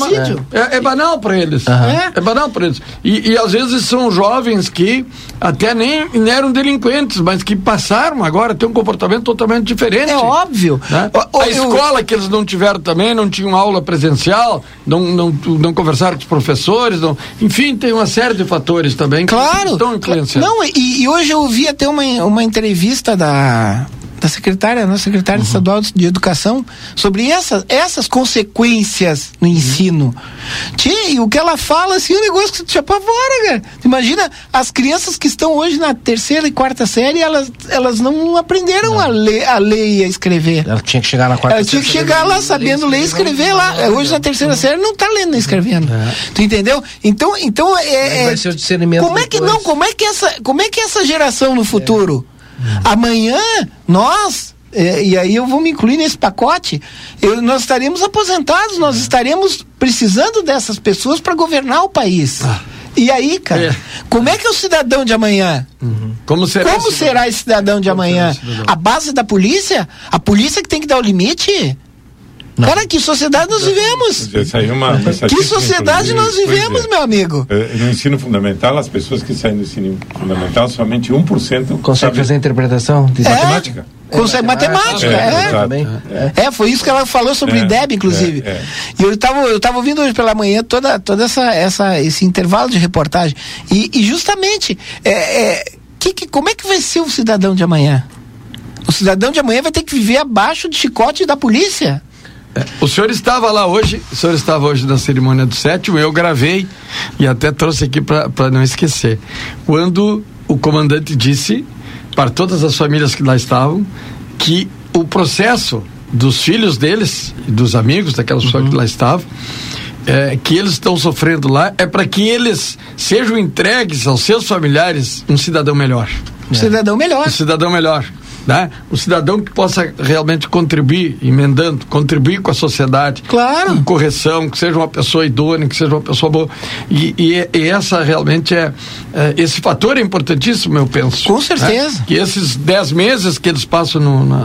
É banal para eles. É banal para eles. E às vezes são jovens que até nem eram delinquentes, mas que passaram agora, têm um comportamento totalmente diferente.
É óbvio.
Né? A escola que eles não tiveram também, não tinham aula presencial, não conversaram com os professores. Enfim, tem uma série de fatores também que estão influenciando.
Não, e hoje eu ouvi até uma entrevista da secretária estadual de educação sobre essas consequências no ensino. E o que ela fala, assim, é um negócio que te apavora, cara. Imagina, as crianças que estão hoje na 3ª e 4ª série, elas não aprenderam a ler e a escrever.
Ela tinha que chegar na 4ª série.
Ela tinha que chegar lá sabendo ler e escrever lá. Hoje na 3ª série não está lendo nem escrevendo. Tu entendeu? Então
vai ser o discernimento.
Como é que essa geração no futuro? Amanhã, nós, e aí eu vou me incluir nesse pacote, nós estaremos aposentados, nós estaremos precisando dessas pessoas para governar o país. E aí, cara, como é que é o cidadão de amanhã? Como será esse cidadão de amanhã? A base da polícia? A polícia que tem que dar o limite? Não. Cara, que sociedade nós vivemos? Que sociedade nós vivemos, meu amigo?
No ensino fundamental, as pessoas que saem do ensino fundamental, somente 1%
consegue fazer a interpretação de
matemática.
Consegue matemática, foi isso que ela falou sobre o IDEB, inclusive. E eu tava ouvindo hoje pela manhã toda esse intervalo de reportagem. E justamente, como é que vai ser o cidadão de amanhã? O cidadão de amanhã vai ter que viver abaixo do chicote da polícia.
O senhor estava lá hoje, na cerimônia do 7º, eu gravei e até trouxe aqui para não esquecer. Quando o comandante disse para todas as famílias que lá estavam que o processo dos filhos deles, dos amigos daquelas pessoas que lá estavam, que eles estão sofrendo lá, é para que eles sejam entregues aos seus familiares um cidadão melhor.
Um cidadão melhor. Né? O cidadão que possa realmente contribuir, contribuir com a sociedade, com correção, que seja uma pessoa idônea, que seja uma pessoa boa, e essa realmente esse fator é importantíssimo, eu penso. Com certeza.
Né? Que esses 10 meses que eles passam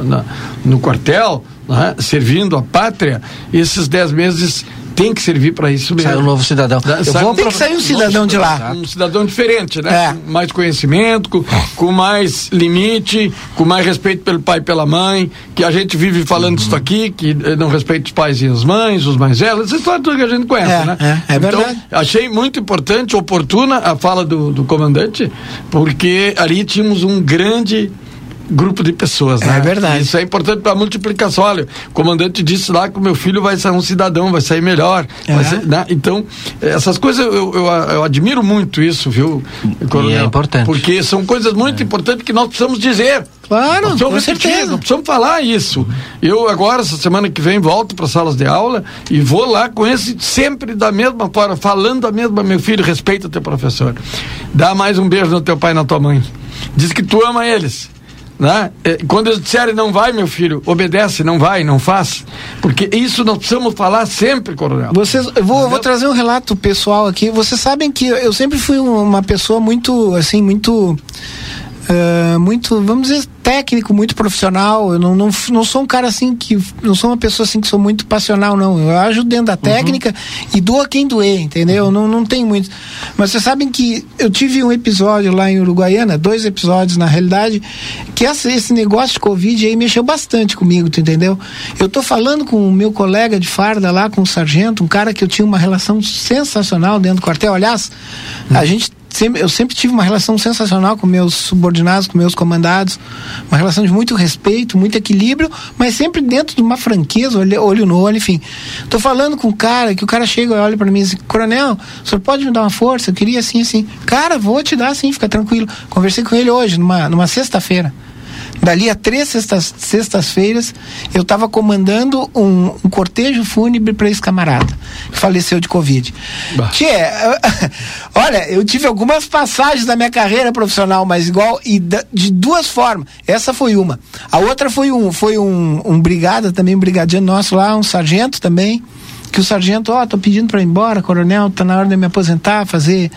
no quartel, né? Servindo a pátria, esses 10 meses tem que servir para isso mesmo.
Sai um novo cidadão.
Tem que sair um cidadão de lá.
Um cidadão diferente, né? Com mais conhecimento, com mais limite, com mais respeito pelo pai e pela mãe, que a gente vive falando isso aqui, que não respeita os pais e as mães, os mais velhos, essa história toda que a gente conhece, né?
É verdade.
Então, achei muito importante, oportuna a fala do comandante, porque ali tínhamos um grande grupo de pessoas, né?
É verdade.
Isso é importante para a multiplicação. Olha, o comandante disse lá que o meu filho vai sair um cidadão, vai sair melhor. Vai ser, né? Então, essas coisas eu admiro muito isso, viu,
Coronel? E é importante.
Porque são coisas muito importantes que nós precisamos dizer.
Claro, com certeza.
Nós precisamos falar isso. Eu agora, essa semana que vem, volto para salas de aula e vou lá com esse sempre da mesma forma, falando da mesma, meu filho, respeita o teu professor. Dá mais um beijo no teu pai e na tua mãe. Diz que tu ama eles. Né? Quando eles disserem não vai, meu filho, obedece, não vai, não faz, porque isso nós precisamos falar sempre, coronel.
Eu vou trazer um relato pessoal aqui. Vocês sabem que eu sempre fui uma pessoa muito, assim, muito, vamos dizer, técnico, muito profissional. Eu não sou um cara assim não sou uma pessoa assim que sou muito passional, não. Eu ajudo dentro da técnica e dou a quem doer, entendeu? Não tem muito. Mas vocês sabem que eu tive um episódio lá em Uruguaiana, 2 episódios na realidade, que esse negócio de Covid aí mexeu bastante comigo, tu entendeu? Eu tô falando com o meu colega de farda lá, com o sargento, um cara que eu tinha uma relação sensacional dentro do quartel. Aliás, a gente eu sempre tive uma relação sensacional com meus subordinados, com meus comandados, uma relação de muito respeito, muito equilíbrio, mas sempre dentro de uma franqueza, olho no olho, enfim. Tô falando com o cara, que o cara chega e olha para mim e diz: Coronel, o senhor pode me dar uma força? Eu queria assim, assim. Cara, vou te dar sim, fica tranquilo. Conversei com ele hoje, numa sexta-feira. Dali a 3 sextas-feiras, eu estava comandando um cortejo fúnebre para esse camarada que faleceu de Covid. Olha, eu tive algumas passagens da minha carreira profissional, mas igual, de duas formas. Essa foi uma. A outra foi um brigada também, um brigadiano nosso lá, um sargento também, que o sargento, tô pedindo para ir embora, coronel, tá na hora de me aposentar, fazer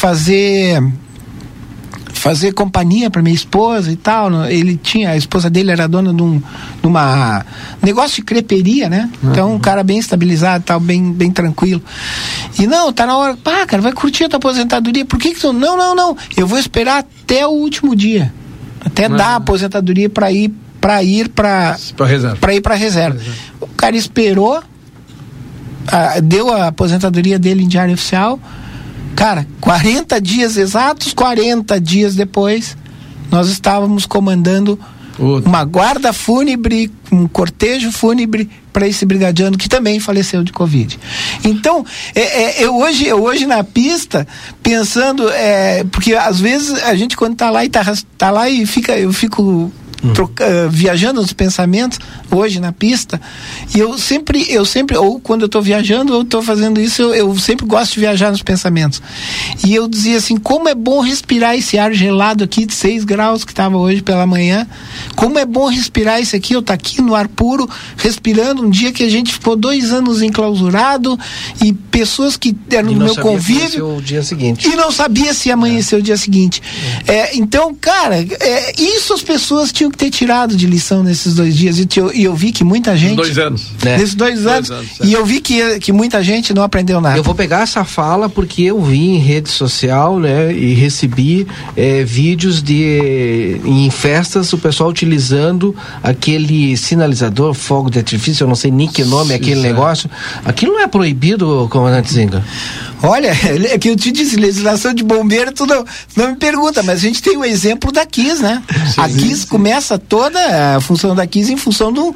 companhia para minha esposa e tal. A esposa dele era dona de uma negócio de creperia, né? Então, um cara bem estabilizado, tal, bem tranquilo. E não, tá na hora, cara, vai curtir a tua aposentadoria. Por que tu... Não, eu vou esperar até o último dia, até dar a aposentadoria para ir para reserva. O cara esperou, deu a aposentadoria dele em diário oficial. Cara, 40 dias exatos, 40 dias depois, nós estávamos comandando uma guarda fúnebre, um cortejo fúnebre para esse brigadiano que também faleceu de Covid. Então, eu hoje na pista, pensando, porque às vezes a gente quando tá lá e eu fico viajando nos pensamentos hoje na pista, e eu sempre ou quando eu tô viajando ou tô fazendo isso, eu sempre gosto de viajar nos pensamentos, e eu dizia assim: como é bom respirar esse ar gelado aqui de 6 graus que estava hoje pela manhã, como é bom respirar isso aqui, eu tá aqui no ar puro, respirando, um dia que a gente ficou 2 anos enclausurado, e pessoas que eram no meu convívio
o dia seguinte.
E não sabia se ia amanhecer o dia seguinte. Então, cara, isso as pessoas tinham que ter tirado de lição nesses 2 dias, e eu vi que muita gente...
2 anos.
Nesses 2 anos. E eu vi que muita gente não aprendeu nada.
Eu vou pegar essa fala porque eu vi em rede social, né, e recebi vídeos em festas, o pessoal utilizando aquele sinalizador, fogo de artifício, eu não sei nem que nome é aquele negócio. Aquilo não é proibido, comandante Zinga?
Olha, é que eu te disse, legislação de bombeiro, tu não me pergunta, mas a gente tem o exemplo da KISS, né? Sim, a KISS começa toda a função da KISS em função de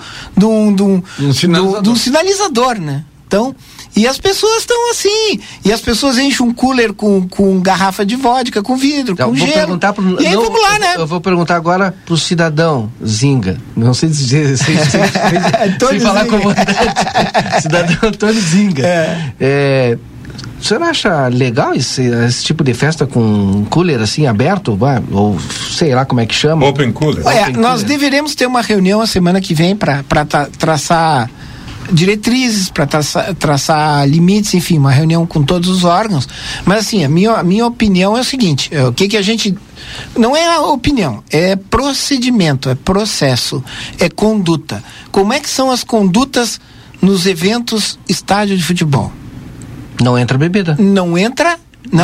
um sinalizador, né? Então, e as pessoas estão assim, e as pessoas enchem um cooler com garrafa de vodka, com vidro, com gelo, e aí vamos lá, né?
Eu vou perguntar agora pro cidadão Zinga, não sei dizer sem falar comandante, cidadão Antônio Zinga. O senhor acha legal esse tipo de festa com cooler assim aberto, ou sei lá como é que chama?
Open cooler.
Nós deveremos ter uma reunião a semana que vem para traçar diretrizes, para traçar limites, enfim, uma reunião com todos os órgãos. Mas assim, a minha opinião é o seguinte: o que a gente... Não é a opinião, é procedimento, é processo, é conduta. Como é que são as condutas nos eventos estádio de futebol?
Não entra bebida.
Não entra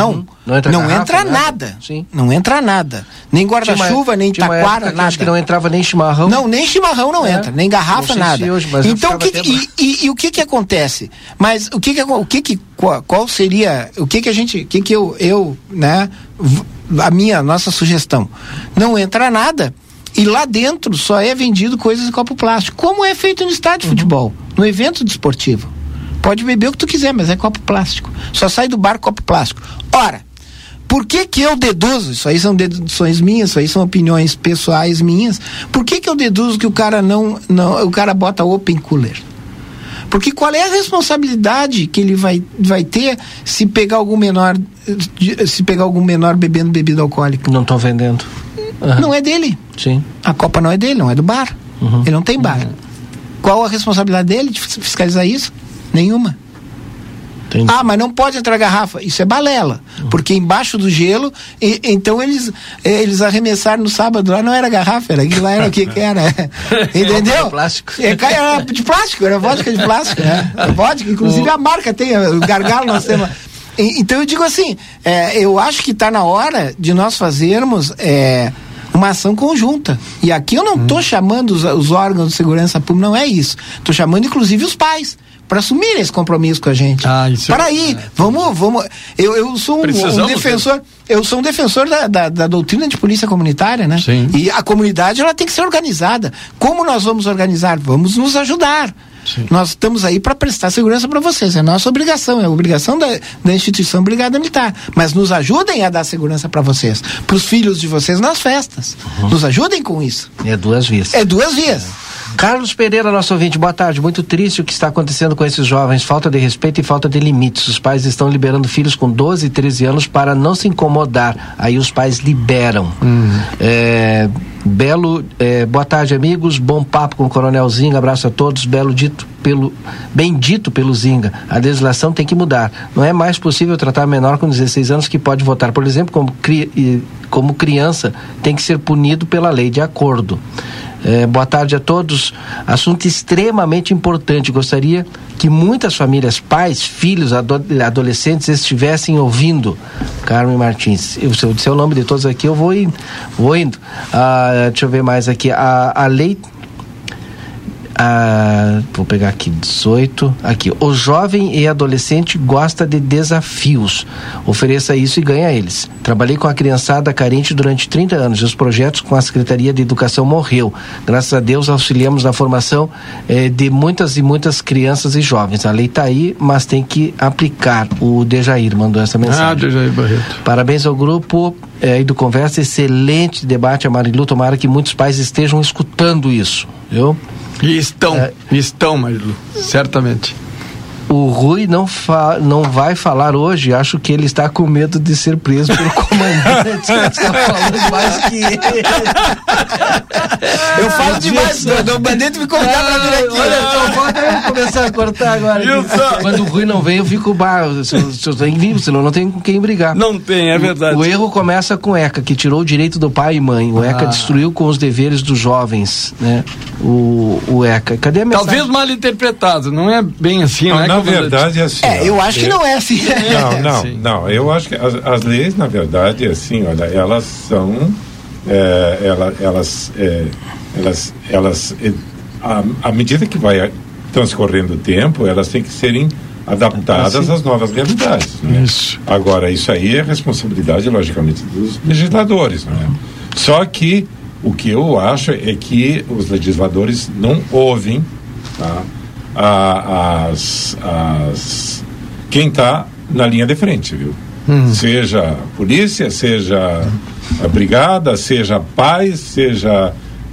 nada.
Sim.
Não entra nada. Nem guarda-chuva, nem taquara, nada.
Acho que não entrava nem chimarrão.
Não, nem chimarrão não entra, nem garrafa, nada. Hoje, então, o que acontece? Mas qual seria, nossa sugestão? Não entra nada. E lá dentro só é vendido coisas de copo plástico, como é feito no estádio de futebol, no evento desportivo. Pode beber o que tu quiser, mas é copo plástico. Só sai do bar copo plástico. Ora, por que eu deduzo? Isso aí são deduções minhas, isso aí são opiniões pessoais minhas. Por que eu deduzo que o cara o cara bota open cooler? Porque qual é a responsabilidade que ele vai ter se pegar algum menor bebendo bebida alcoólica?
Não estão vendendo.
Não é dele.
Sim.
A Copa não é dele, não é do bar. Ele não tem bar. Qual a responsabilidade dele de fiscalizar isso? Nenhuma. Entendi. Mas não pode entrar garrafa. Isso é balela. Porque embaixo do gelo, então eles arremessaram no sábado lá, não era garrafa, era o que era. Entendeu?
Era plástico.
Era de plástico, era vodka de plástico. Vodka, inclusive a marca tem, o gargalo nós temos. Então eu digo assim, eu acho que está na hora de nós fazermos uma ação conjunta. E aqui eu não estou chamando os órgãos de segurança pública, não é isso. Estou chamando inclusive os pais para assumir esse compromisso com a gente. Para aí, vamos. Eu sou um defensor. eu sou um defensor da doutrina de polícia comunitária, né?
Sim.
E a comunidade, ela tem que ser organizada. Como nós vamos organizar? Vamos nos ajudar. Sim. Nós estamos aí para prestar segurança para vocês, é nossa obrigação, é a obrigação da instituição Brigada Militar, mas nos ajudem a dar segurança para vocês, para os filhos de vocês nas festas, nos ajudem com isso.
É 2 vias.
É 2 vias.
Carlos Pereira, nosso ouvinte, boa tarde. Muito triste o que está acontecendo com esses jovens, falta de respeito e falta de limites. Os pais estão liberando filhos com 12 e 13 anos para não se incomodar. Aí os pais liberam. Boa tarde, amigos. Bom papo com o Coronel Zinga. Abraço a todos. Bendito pelo Zinga. A legislação tem que mudar. Não é mais possível tratar menor com 16 anos que pode votar, por exemplo, como criança, tem que ser punido pela lei, de acordo. Boa tarde a todos. Assunto extremamente importante. Gostaria que muitas famílias, pais, filhos, adolescentes estivessem ouvindo. Carmen Martins. Se eu disser o nome de todos aqui, eu vou indo. Deixa eu ver mais aqui. A lei... vou pegar aqui 18. Aqui, o jovem e adolescente gosta de desafios. Ofereça isso e ganha eles. Trabalhei com a criançada carente durante 30 anos e os projetos com a Secretaria de Educação morreu. Graças a Deus auxiliamos na formação de muitas e muitas crianças e jovens. A lei está aí, mas tem que aplicar. O Dejair mandou essa mensagem.
Dejair Barreto.
Parabéns ao grupo do Conversa. Excelente debate, Marilu. Tomara que muitos pais estejam escutando isso. Viu?
E estão, Marilu, certamente.
O Rui não vai falar hoje, acho que ele está com medo de ser preso pelo comandante. Está falando mais que ele.
Eu falo demais, o bandente me convidar para vir aqui.
Olha só, pode começar a cortar agora. Quando o Rui não vem, eu fico bravo. Eu tenho que vir, senão não tem com quem brigar.
Não tem, é verdade.
O erro começa com o ECA, que tirou o direito do pai e mãe. O ECA destruiu com os deveres dos jovens, né? O ECA. Cadê a mensagem?
Talvez mal interpretado, não é bem assim,
né? Na verdade é assim.
Eu acho que não é assim.
Não, eu acho que as leis, na verdade, é assim, olha, elas são à medida que vai transcorrendo o tempo, elas têm que serem adaptadas às novas realidades, né? Isso. Agora, isso aí é responsabilidade, logicamente, dos legisladores, né? Só que o que eu acho é que os legisladores não ouvem, tá? Quem está na linha de frente, viu? Seja a polícia, seja a brigada, seja pais, seja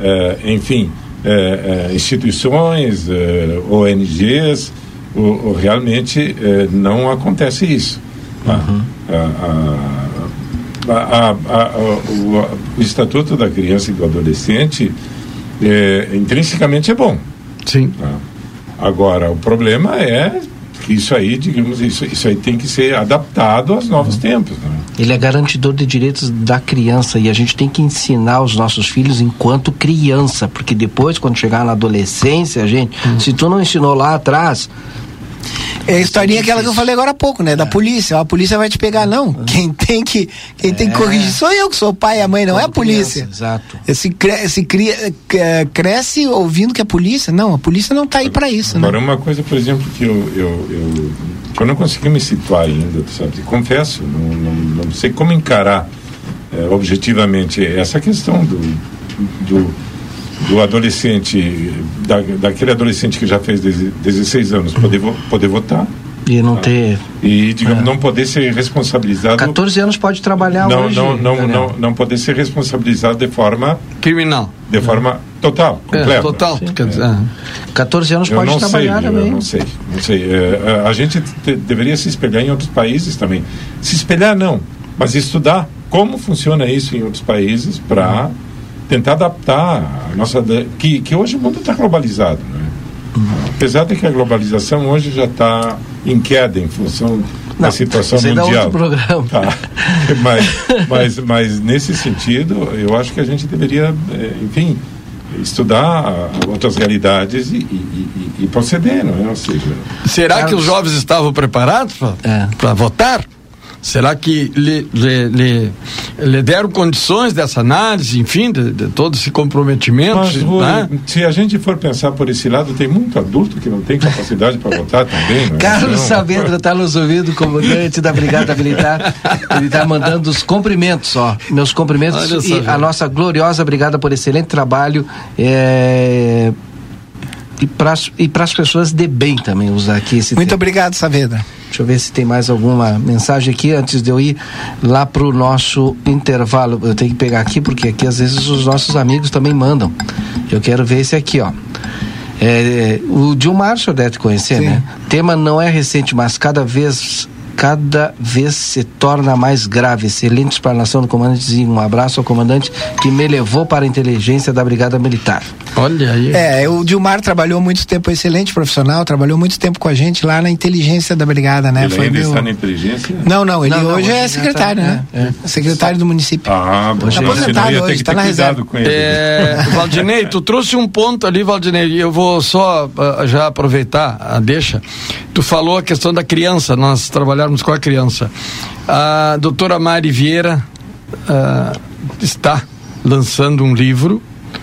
instituições, ONGs, realmente não acontece isso, tá? O Estatuto da Criança e do Adolescente intrinsecamente é bom.
Sim.
Tá? Agora, o problema é que isso aí, digamos, isso aí tem que ser adaptado aos novos tempos, né?
Ele é garantidor de direitos da criança e a gente tem que ensinar os nossos filhos enquanto criança, porque depois, quando chegar na adolescência, se tu não ensinou lá atrás...
É a historinha aquela que eu falei agora há pouco, né? Da polícia. A polícia vai te pegar, não. Quem tem que corrigir sou eu, que sou o pai e a mãe, não é a polícia.
Exato.
Cresce ouvindo que é a polícia. Não, a polícia não está aí para isso.
Agora,
né?
Uma coisa, por exemplo, que eu não consegui me situar ainda, sabe? Confesso, não sei como encarar objetivamente essa questão do adolescente, daquele adolescente que já fez 16 anos poder votar
e não ter
e digamos não poder ser responsabilizado.
14 anos pode trabalhar hoje.
Não poder ser responsabilizado de forma
criminal,
de forma total, completa.
Total.
14 anos pode trabalhar também.
Eu não sei. A gente deveria se espelhar em outros países também. Se espelhar não, mas estudar como funciona isso em outros países para tentar adaptar a nossa... Que hoje o mundo está globalizado, né? Apesar de que a globalização hoje já está em queda em função da situação mundial.
Programa.
Tá. Mas nesse sentido, eu acho que a gente deveria, estudar outras realidades e proceder, não é? Ou seja,
será que os jovens estavam preparados para votar? Será que lhe deram condições dessa análise, enfim, de todo esse comprometimento?
Mas, né? Se a gente for pensar por esse lado, tem muito adulto que não tem capacidade para votar também. Não é?
Carlos Saavedra está nos ouvindo, comandante da Brigada Militar. Ele está mandando os cumprimentos, ó. Meus cumprimentos e a nossa gloriosa Brigada por excelente trabalho. E para as pessoas de bem também usar aqui esse
Muito
tempo.
Obrigado, Saavedra.
Deixa eu ver se tem mais alguma mensagem aqui antes de eu ir lá pro nosso intervalo. Eu tenho que pegar aqui porque aqui às vezes os nossos amigos também mandam. Eu quero ver esse aqui, ó. O Dilmar, o senhor deve conhecer, Sim. né? Tema não é recente, mas cada vez se torna mais grave. Excelente explanação do comandante Zinga. Um abraço ao comandante que me levou para a inteligência da Brigada Militar.
Olha aí.
O Dilmar trabalhou muito tempo, excelente profissional, trabalhou muito tempo com a gente lá na inteligência da Brigada, né?
Ele ainda está na inteligência?
Não, ele hoje é secretário, né? Secretário do município.
Bom, senão ia ter que ter cuidado com ele.
Valdinei, tu trouxe um ponto ali, Valdinei, eu vou só já aproveitar a deixa. Tu falou a questão da criança, nós trabalharmos com a criança. A doutora Mari Vieira está lançando um livro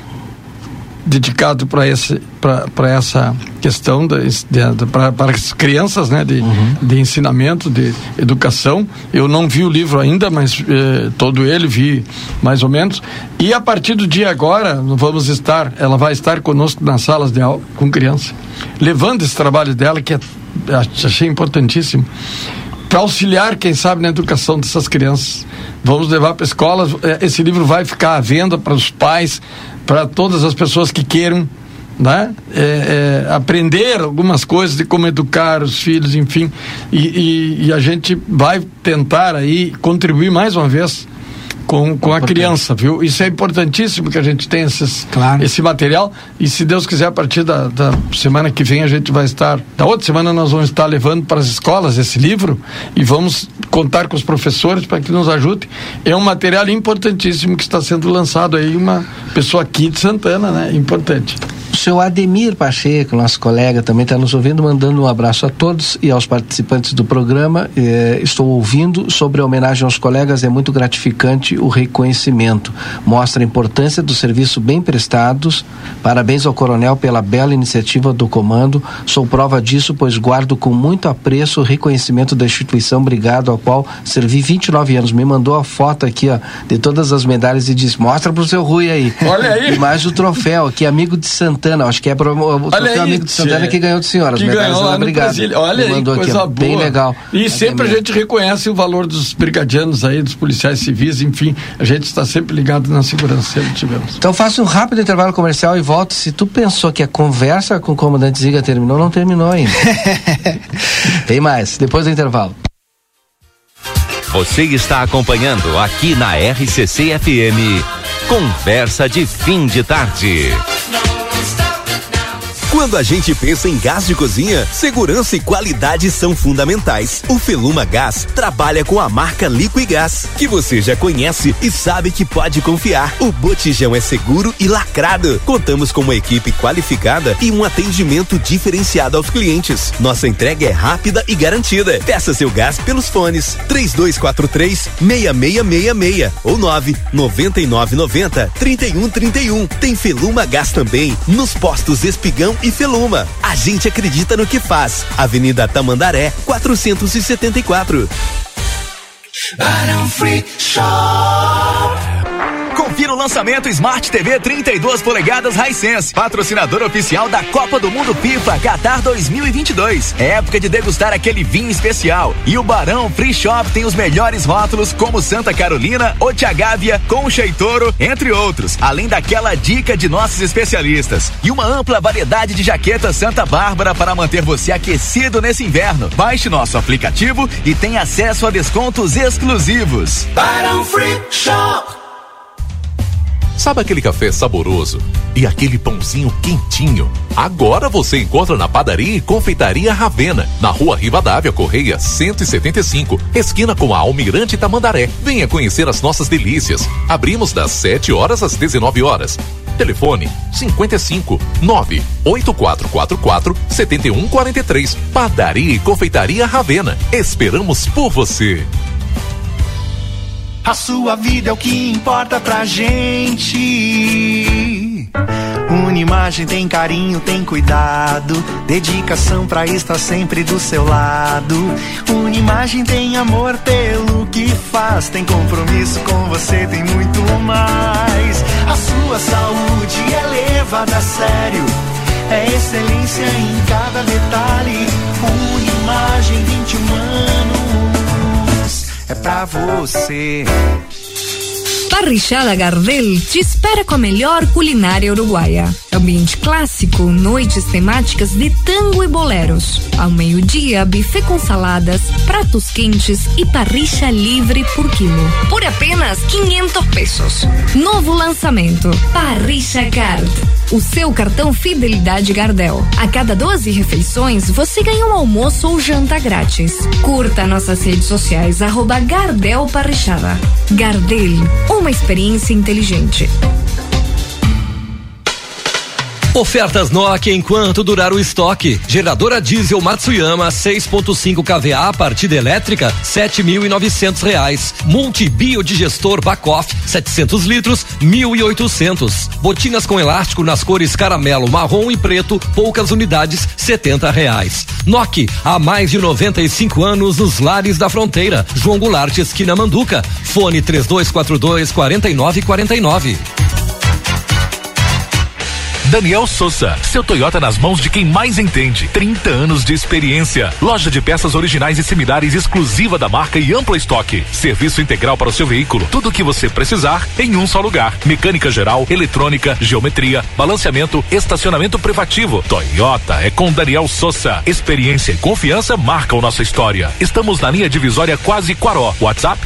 dedicado para essa questão para as crianças, né, de ensinamento, de educação. Eu não vi o livro ainda, mas todo ele vi mais ou menos. E a partir do dia agora ela vai estar conosco nas salas de aula com criança, levando esse trabalho dela, que achei importantíssimo, para auxiliar, quem sabe, na educação dessas crianças. Vamos levar para escolas. Esse livro vai ficar à venda para os pais, para todas as pessoas que queiram, né? Aprender algumas coisas de como educar os filhos, enfim, e a gente vai tentar aí contribuir mais uma vez com a criança, viu? Isso é importantíssimo que a gente tenha esse material, e se Deus quiser, a partir da semana que vem a gente vai estar, da outra semana nós vamos estar levando para as escolas esse livro e vamos contar com os professores para que nos ajudem. É um material importantíssimo que está sendo lançado aí, uma pessoa aqui de Santana, né? Importante.
O seu Ademir Pacheco, nosso colega, também está nos ouvindo, mandando um abraço a todos e aos participantes do programa. Estou ouvindo sobre a homenagem aos colegas, é muito gratificante o reconhecimento. Mostra a importância do serviço bem prestados. Parabéns ao coronel pela bela iniciativa do comando. Sou prova disso, pois guardo com muito apreço o reconhecimento da instituição Brigada, ao qual servi 29 anos. Me mandou a foto aqui, ó, de todas as medalhas e disse: mostra pro seu Rui aí.
Olha aí.
E mais o troféu, aqui, amigo de Santana, acho que é o troféu amigo de Santana que ganhou do senhor, as medalhas da Brigada.
Olha aí,
mandou
coisa
aqui,
boa.
Bem legal.
E sempre a gente reconhece o valor dos brigadianos aí, dos policiais civis, enfim, a gente está sempre ligado na segurança, sempre tivemos.
Então faça um rápido intervalo comercial e volto. Se tu pensou que a conversa com o comandante Zinga terminou, não terminou ainda. Tem mais, depois do intervalo.
Você está acompanhando aqui na RCC FM, Conversa de Fim de Tarde.
Quando a gente pensa em gás de cozinha, segurança e qualidade são fundamentais. O Feluma Gás trabalha com a marca Liquigás, que você já conhece e sabe que pode confiar. O botijão é seguro e lacrado. Contamos com uma equipe qualificada e um atendimento diferenciado aos clientes. Nossa entrega é rápida e garantida. Peça seu gás pelos fones 3243-6666 ou 99990-3131. Tem Feluma Gás também nos postos Espigão e Feluma. A gente acredita no que faz. Avenida Tamandaré, 474.
Barão Free Shop. Confira o lançamento Smart TV 32 polegadas Hisense, patrocinador oficial da Copa do Mundo FIFA Qatar 2022. É época de degustar aquele vinho especial. E o Barão Free Shop tem os melhores rótulos como Santa Carolina, Otiagávia, Concha e Toro, entre outros. Além daquela dica de nossos especialistas. E uma ampla variedade de jaquetas Santa Bárbara para manter você aquecido nesse inverno. Baixe nosso aplicativo e tenha acesso a descontos exclusivos.
Barão Free Shop. Sabe aquele café saboroso e aquele pãozinho quentinho? Agora você encontra na Padaria e Confeitaria Ravena, na Rua Rivadavia Correia 175, esquina com a Almirante Tamandaré. Venha conhecer as nossas delícias. Abrimos das 7 horas às 19 horas. Telefone 55 98444 7143. Padaria e Confeitaria Ravena. Esperamos por você.
A sua vida é o que importa pra gente. Unimagem tem carinho, tem cuidado, dedicação pra estar sempre do seu lado. Unimagem tem amor pelo que faz, tem compromisso com você, tem muito mais. A sua saúde é levada a sério, é excelência em cada detalhe. Unimagem 21 anos, é pra você.
Parrichada Gardel te espera com a melhor culinária uruguaia. Ambiente clássico, noites temáticas de tango e boleros. Ao meio-dia, buffet com saladas, pratos quentes e parricha livre por quilo. Por apenas 500 pesos. Novo lançamento, Parricha Gard. O seu cartão Fidelidade Gardel. A cada 12 refeições, você ganha um almoço ou janta grátis. Curta nossas redes sociais, @Gardel Parrichada. Gardel, uma experiência inteligente.
Ofertas Nokia enquanto durar o estoque. Geradora diesel Matsuyama 6.5 kVA a partida elétrica R$7.900. Multibiodigestor Bacoff 700 litros 1.800. Botinas com elástico nas cores caramelo, marrom e preto, poucas unidades R$70. Nokia, há mais de 95 anos nos lares da fronteira. João Goulart, esquina Manduca. Fone 3242-4949.
Daniel Souza, seu Toyota nas mãos de quem mais entende. 30 anos de experiência. Loja de peças originais e similares exclusiva da marca e amplo estoque. Serviço integral para o seu veículo. Tudo o que você precisar em um só lugar. Mecânica geral, eletrônica, geometria, balanceamento, estacionamento privativo. Toyota é com Daniel Souza. Experiência e confiança marcam nossa história. Estamos na linha divisória Quase Quaró. WhatsApp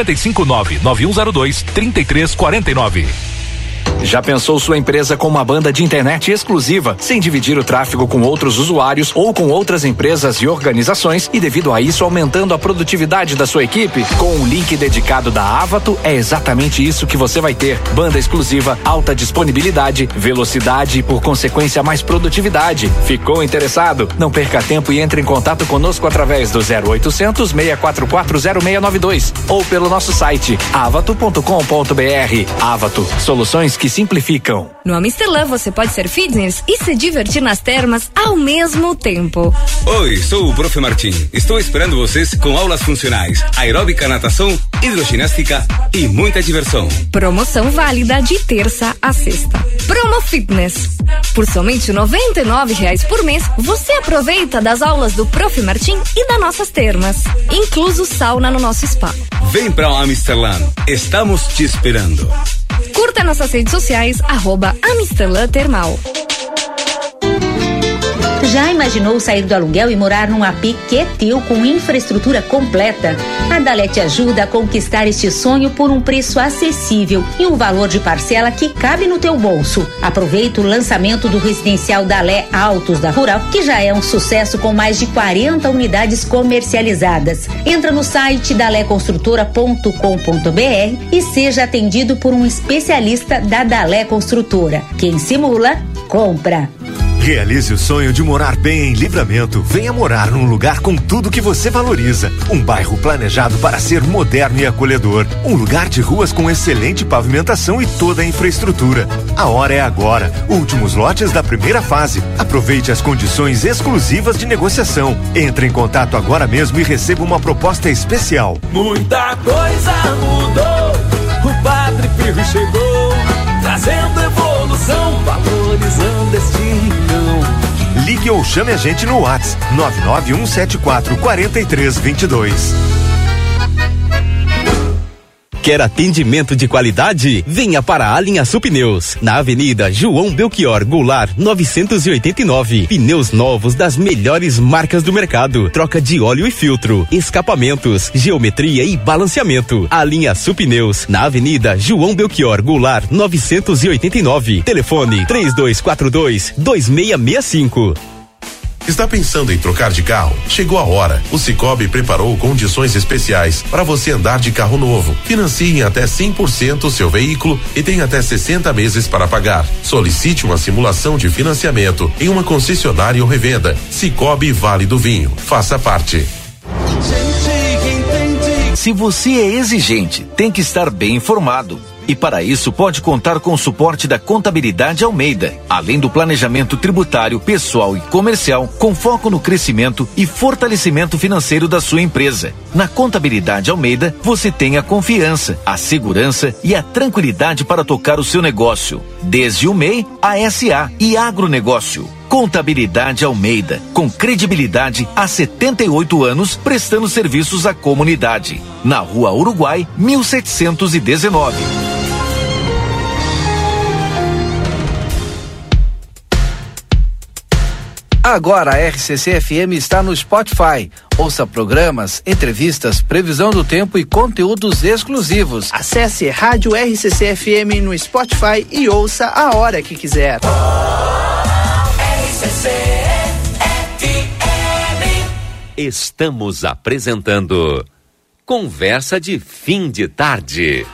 559-9102-3349.
Já pensou sua empresa com uma banda de internet exclusiva, sem dividir o tráfego com outros usuários ou com outras empresas e organizações e devido a isso aumentando a produtividade da sua equipe? Com um link dedicado da Avato é exatamente isso que você vai ter. Banda exclusiva, alta disponibilidade, velocidade e por consequência mais produtividade. Ficou interessado? Não perca tempo e entre em contato conosco através do 0800 644 0692 ou pelo nosso site avato.com.br. Avato, soluções que simplificam.
No Amsterdã você pode ser fitness e se divertir nas termas ao mesmo tempo.
Oi, sou o Prof. Martim. Estou esperando vocês com aulas funcionais, aeróbica, natação, hidroginástica e muita diversão.
Promoção válida de terça a sexta. Promo Fitness. Por somente R$99 por mês, você aproveita das aulas do Prof. Martim e das nossas termas, incluso sauna no nosso spa.
Vem pra Amsterdã. Estamos te esperando.
Curta nossas redes sociais, @Amsterdã Termal.
Já imaginou sair do aluguel e morar num AP que é teu com infraestrutura completa? A Dalé te ajuda a conquistar este sonho por um preço acessível e um valor de parcela que cabe no teu bolso. Aproveita o lançamento do residencial Dalé Altos da Rural, que já é um sucesso com mais de 40 unidades comercializadas. Entra no site daléconstrutora.com.br e seja atendido por um especialista da Dalé Construtora. Quem simula, compra.
Realize o sonho de morar bem em Livramento. Venha morar num lugar com tudo que você valoriza. Um bairro planejado para ser moderno e acolhedor. Um lugar de ruas com excelente pavimentação e toda a infraestrutura. A hora é agora. Últimos lotes da primeira fase. Aproveite as condições exclusivas de negociação. Entre em contato agora mesmo e receba uma proposta especial.
Muita coisa mudou. O Padre Pirro chegou, trazendo evolução, valorizando este rincão.
Ligue ou chame a gente no WhatsApp 99174-4322.
Quer atendimento de qualidade? Venha para a Linha Sul Pneus, na Avenida João Belchior Goulart, 989. Pneus novos das melhores marcas do mercado. Troca de óleo e filtro, escapamentos, geometria e balanceamento. A Linha Sul Pneus, na Avenida João Belchior Goulart, 989. Telefone 3242-2665.
Está pensando em trocar de carro? Chegou a hora. O Sicoob preparou condições especiais para você andar de carro novo. Financie em até 100% o seu veículo e tem até 60 meses para pagar. Solicite uma simulação de financiamento em uma concessionária ou revenda. Sicoob Vale do Vinho. Faça parte.
Se você é exigente, tem que estar bem informado. E para isso pode contar com o suporte da Contabilidade Almeida, além do planejamento tributário, pessoal e comercial, com foco no crescimento e fortalecimento financeiro da sua empresa. Na Contabilidade Almeida, você tem a confiança, a segurança e a tranquilidade para tocar o seu negócio, desde o MEI a SA e agronegócio. Contabilidade Almeida, com credibilidade há 78 anos, prestando serviços à comunidade. Na Rua Uruguai, 1719.
Agora a RCC FM está no Spotify. Ouça programas, entrevistas, previsão do tempo e conteúdos exclusivos.
Acesse Rádio RCC FM no Spotify e ouça a hora que quiser.
Estamos apresentando Conversa de Fim de Tarde.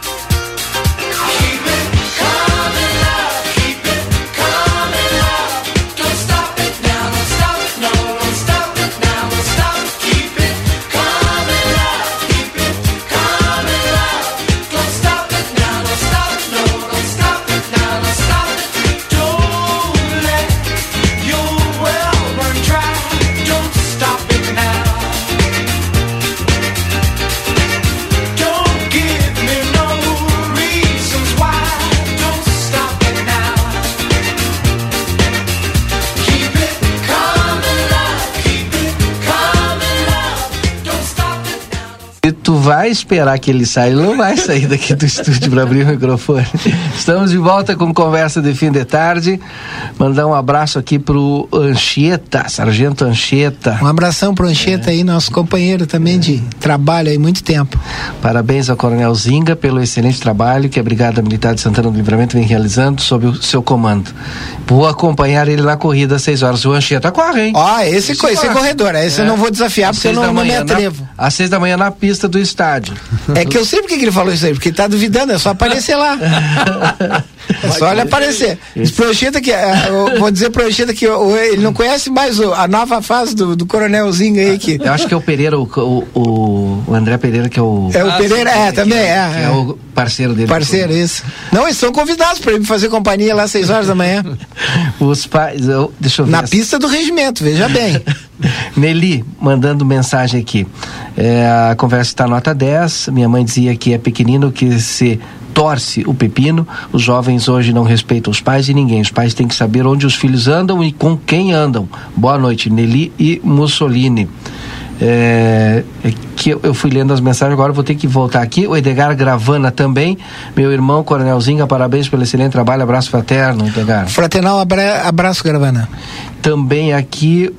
Tu vai esperar que ele saia, ele não vai sair daqui do estúdio para abrir o microfone. Estamos de volta com Conversa de Fim de Tarde. Mandar um abraço aqui pro Anchieta, Sargento Anchieta.
Um abração pro Anchieta aí, nosso companheiro também de trabalho aí, muito tempo.
Parabéns ao Coronel Zinga pelo excelente trabalho que a Brigada Militar de Santana do Livramento vem realizando sob o seu comando. Vou acompanhar ele na corrida às 6 horas. O Anchieta corre, hein?
Esse é corredor, esse eu não vou desafiar porque eu não me atrevo.
Às 6 da manhã na pista do estádio.
É que eu sei porque que ele falou isso aí, porque ele tá duvidando, é só aparecer lá. É só ele aparecer. Pro Anchieta que, eu vou dizer pro Anchieta que ele não conhece mais a nova fase do Coronel Zinga aí. Que...
Eu acho que é o Pereira, o André Pereira, que é o...
É o Pereira, também é.
Que é o parceiro dele.
Parceiro, isso. Não, eles são convidados para ele fazer companhia lá às 6 horas da manhã.
Os pais, deixa eu ver.
Na pista do regimento, veja bem.
Nelly, mandando mensagem aqui. A conversa está nota 10. Minha mãe dizia que é pequenino que se torce o pepino. Os jovens hoje não respeitam os pais e ninguém. Os pais têm que saber onde os filhos andam e com quem andam. Boa noite, Nelly e Mussolini. Que eu fui lendo as mensagens, agora vou ter que voltar aqui. O Edgar Gravana também, meu irmão Coronel Zinga, parabéns pelo excelente trabalho, abraço fraterno, Edgar.
Fraternal abraço, Gravana.
Também aqui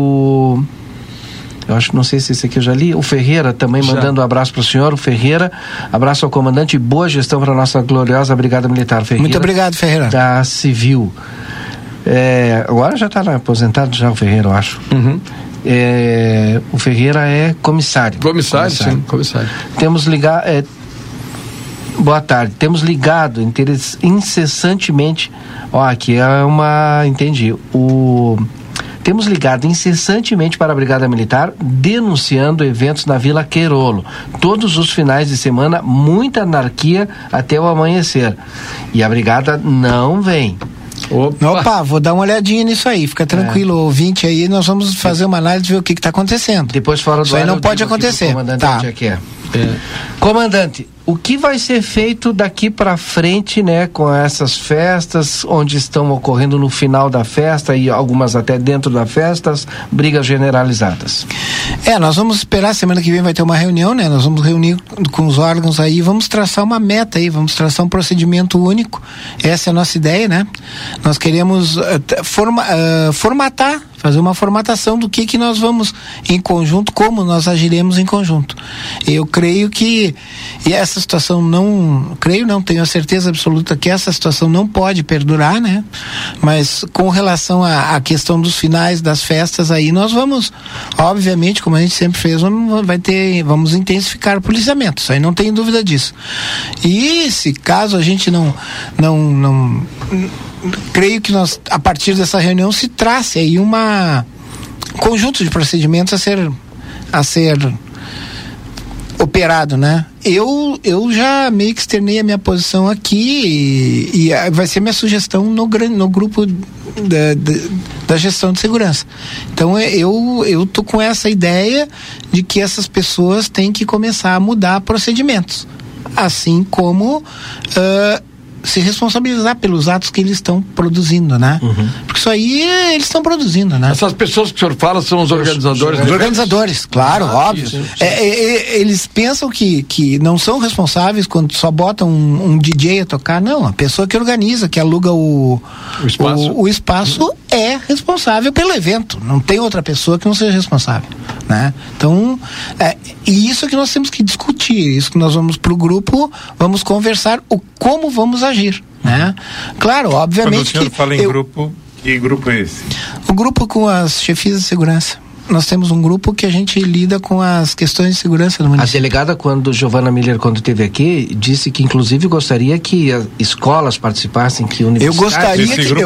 eu acho que não sei se esse aqui eu já li. O Ferreira também mandando um abraço para o senhor. O Ferreira, abraço ao comandante e boa gestão para a nossa gloriosa Brigada Militar. Ferreira,
muito obrigado, Ferreira.
Da Civil. Agora já está aposentado já o Ferreira, eu acho.
Uhum.
O Ferreira é comissário.
Sim, comissário.
Temos ligado. Boa tarde. Temos ligado incessantemente. Aqui é uma. Entendi. Temos ligado incessantemente para a Brigada Militar, denunciando eventos na Vila Queirolo. Todos os finais de semana, muita anarquia até o amanhecer. E a Brigada não vem.
Opa, vou dar uma olhadinha nisso aí, fica tranquilo, ouvinte aí, nós vamos fazer uma análise e ver o que está acontecendo.
Depois fora do
isso aí não pode acontecer.
Comandante, o que vai ser feito daqui para frente, né, com essas festas, onde estão ocorrendo no final da festa e algumas até dentro da festa, brigas generalizadas?
Nós vamos esperar, semana que vem vai ter uma reunião, né, nós vamos reunir com os órgãos aí, vamos traçar uma meta aí, vamos traçar um procedimento único, essa é a nossa ideia, né, nós queremos formatar, fazer uma formatação do que nós vamos em conjunto, como nós agiremos em conjunto. Eu creio que essa situação tenho a certeza absoluta que essa situação não pode perdurar, né? Mas com relação à questão dos finais das festas aí, nós vamos, obviamente, como a gente sempre fez, vamos intensificar o policiamento, isso aí não tem dúvida disso. E se caso a gente não creio que nós, a partir dessa reunião, se trace aí um conjunto de procedimentos a ser operado, né? Eu já meio que externei a minha posição aqui e vai ser minha sugestão no grupo da gestão de segurança. Então eu tô com essa ideia de que essas pessoas têm que começar a mudar procedimentos, assim como se responsabilizar pelos atos que eles estão produzindo, né? Porque isso aí eles estão produzindo, né?
Essas pessoas que o senhor fala são os organizadores.
Os organizadores, claro, óbvio. Isso. Eles pensam que não são responsáveis quando só botam um DJ a tocar. Não, a pessoa que organiza, que aluga o espaço é responsável pelo evento. Não tem outra pessoa que não seja responsável, né? Então, e isso que nós temos que discutir, isso que nós vamos pro grupo, vamos conversar como vamos agir, né? Claro, obviamente.
Quando o senhor fala em grupo, que grupo é esse?
O grupo com as chefias de segurança. Nós temos um grupo que a gente lida com as questões de segurança do município.
A delegada, Giovana Miller, quando esteve aqui, disse que inclusive gostaria que as escolas participassem, que universidades...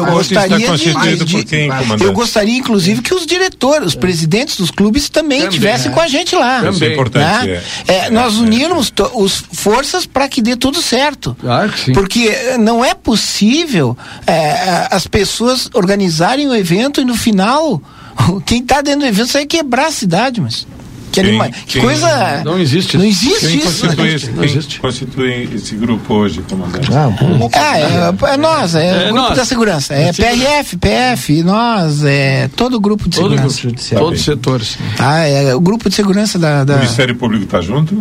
Eu gostaria inclusive que os diretores, os presidentes dos clubes também estivessem com a gente lá.
Isso é importante.
Né? Nós unirmos os forças para que dê tudo certo.
Claro que sim.
Porque não é possível as pessoas organizarem o evento e no final quem está dentro do evento vai quebrar a cidade, mas que coisa...
Não existe.
Não existe isso.
Quem constitui esse grupo hoje, comandante?
É nós, o grupo da segurança. É PRF, PF, nós, todo o grupo de segurança.
Todos os setores.
O grupo de segurança da...
O Ministério Público está junto?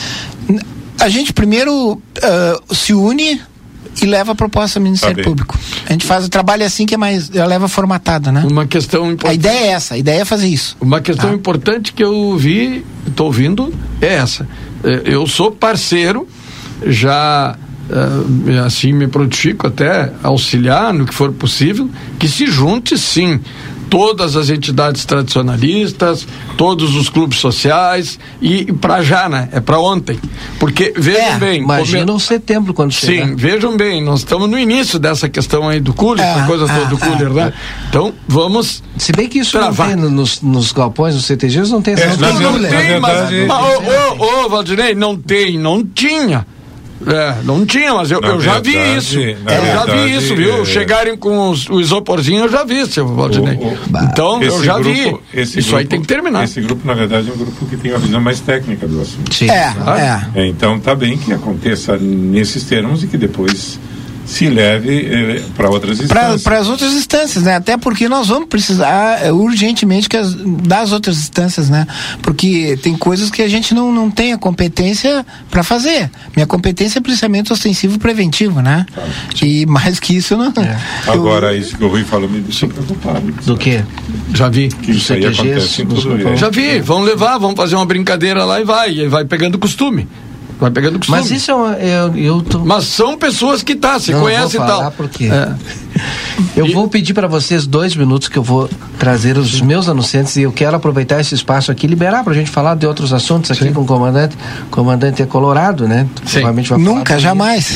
A gente primeiro se une e leva a proposta ao Ministério Público. A gente faz o trabalho assim que leva formatada, né?
Uma questão importante.
A ideia é essa, a ideia é fazer isso.
Uma questão importante que eu estou ouvindo é essa. Eu sou parceiro, já assim me prontifico até auxiliar no que for possível, que se junte sim todas as entidades tradicionalistas, todos os clubes sociais e para já, né? É para ontem. Porque vejam bem.
Imagina um setembro quando chegar.
Sim, vejam bem, nós estamos no início dessa questão aí do cooler, essa coisa toda do cooler, né? Então, vamos.
Se bem que isso travar. Não tem nos galpões, nos CTGs, não tem essa
não tem, mas. Valdinei, não tinha. Não tinha, mas eu já vi isso. Viu? Chegarem com o isoporzinho, eu já vi, seu Valdinei. Então, eu já vi. Isso aí tem que terminar.
Esse grupo, na verdade, é um grupo que tem uma visão mais técnica do assunto.
Sim.
Então, tá bem que aconteça nesses termos e que depois se leve para outras instâncias.
Para as outras instâncias, né? Até porque nós vamos precisar urgentemente das outras instâncias, né? Porque tem coisas que a gente não tem a competência para fazer. Minha competência é policiamento ostensivo preventivo, né? E mais que isso, não.
Agora, isso que o Rui falou me deixou preocupado.
Do quê?
Já vi.
Que isso aí acontece em tudo.
Já vi. Vamos levar, vamos fazer uma brincadeira lá e vai pegando costume. Vai pegando costume.
Mas isso
Mas são pessoas que se conhecem e tal.
Porque eu vou pedir para vocês 2 minutos que eu vou trazer os meus anunciantes e eu quero aproveitar esse espaço aqui, liberar pra gente falar de outros assuntos aqui com o comandante. O comandante é colorado, né?
Nunca, jamais.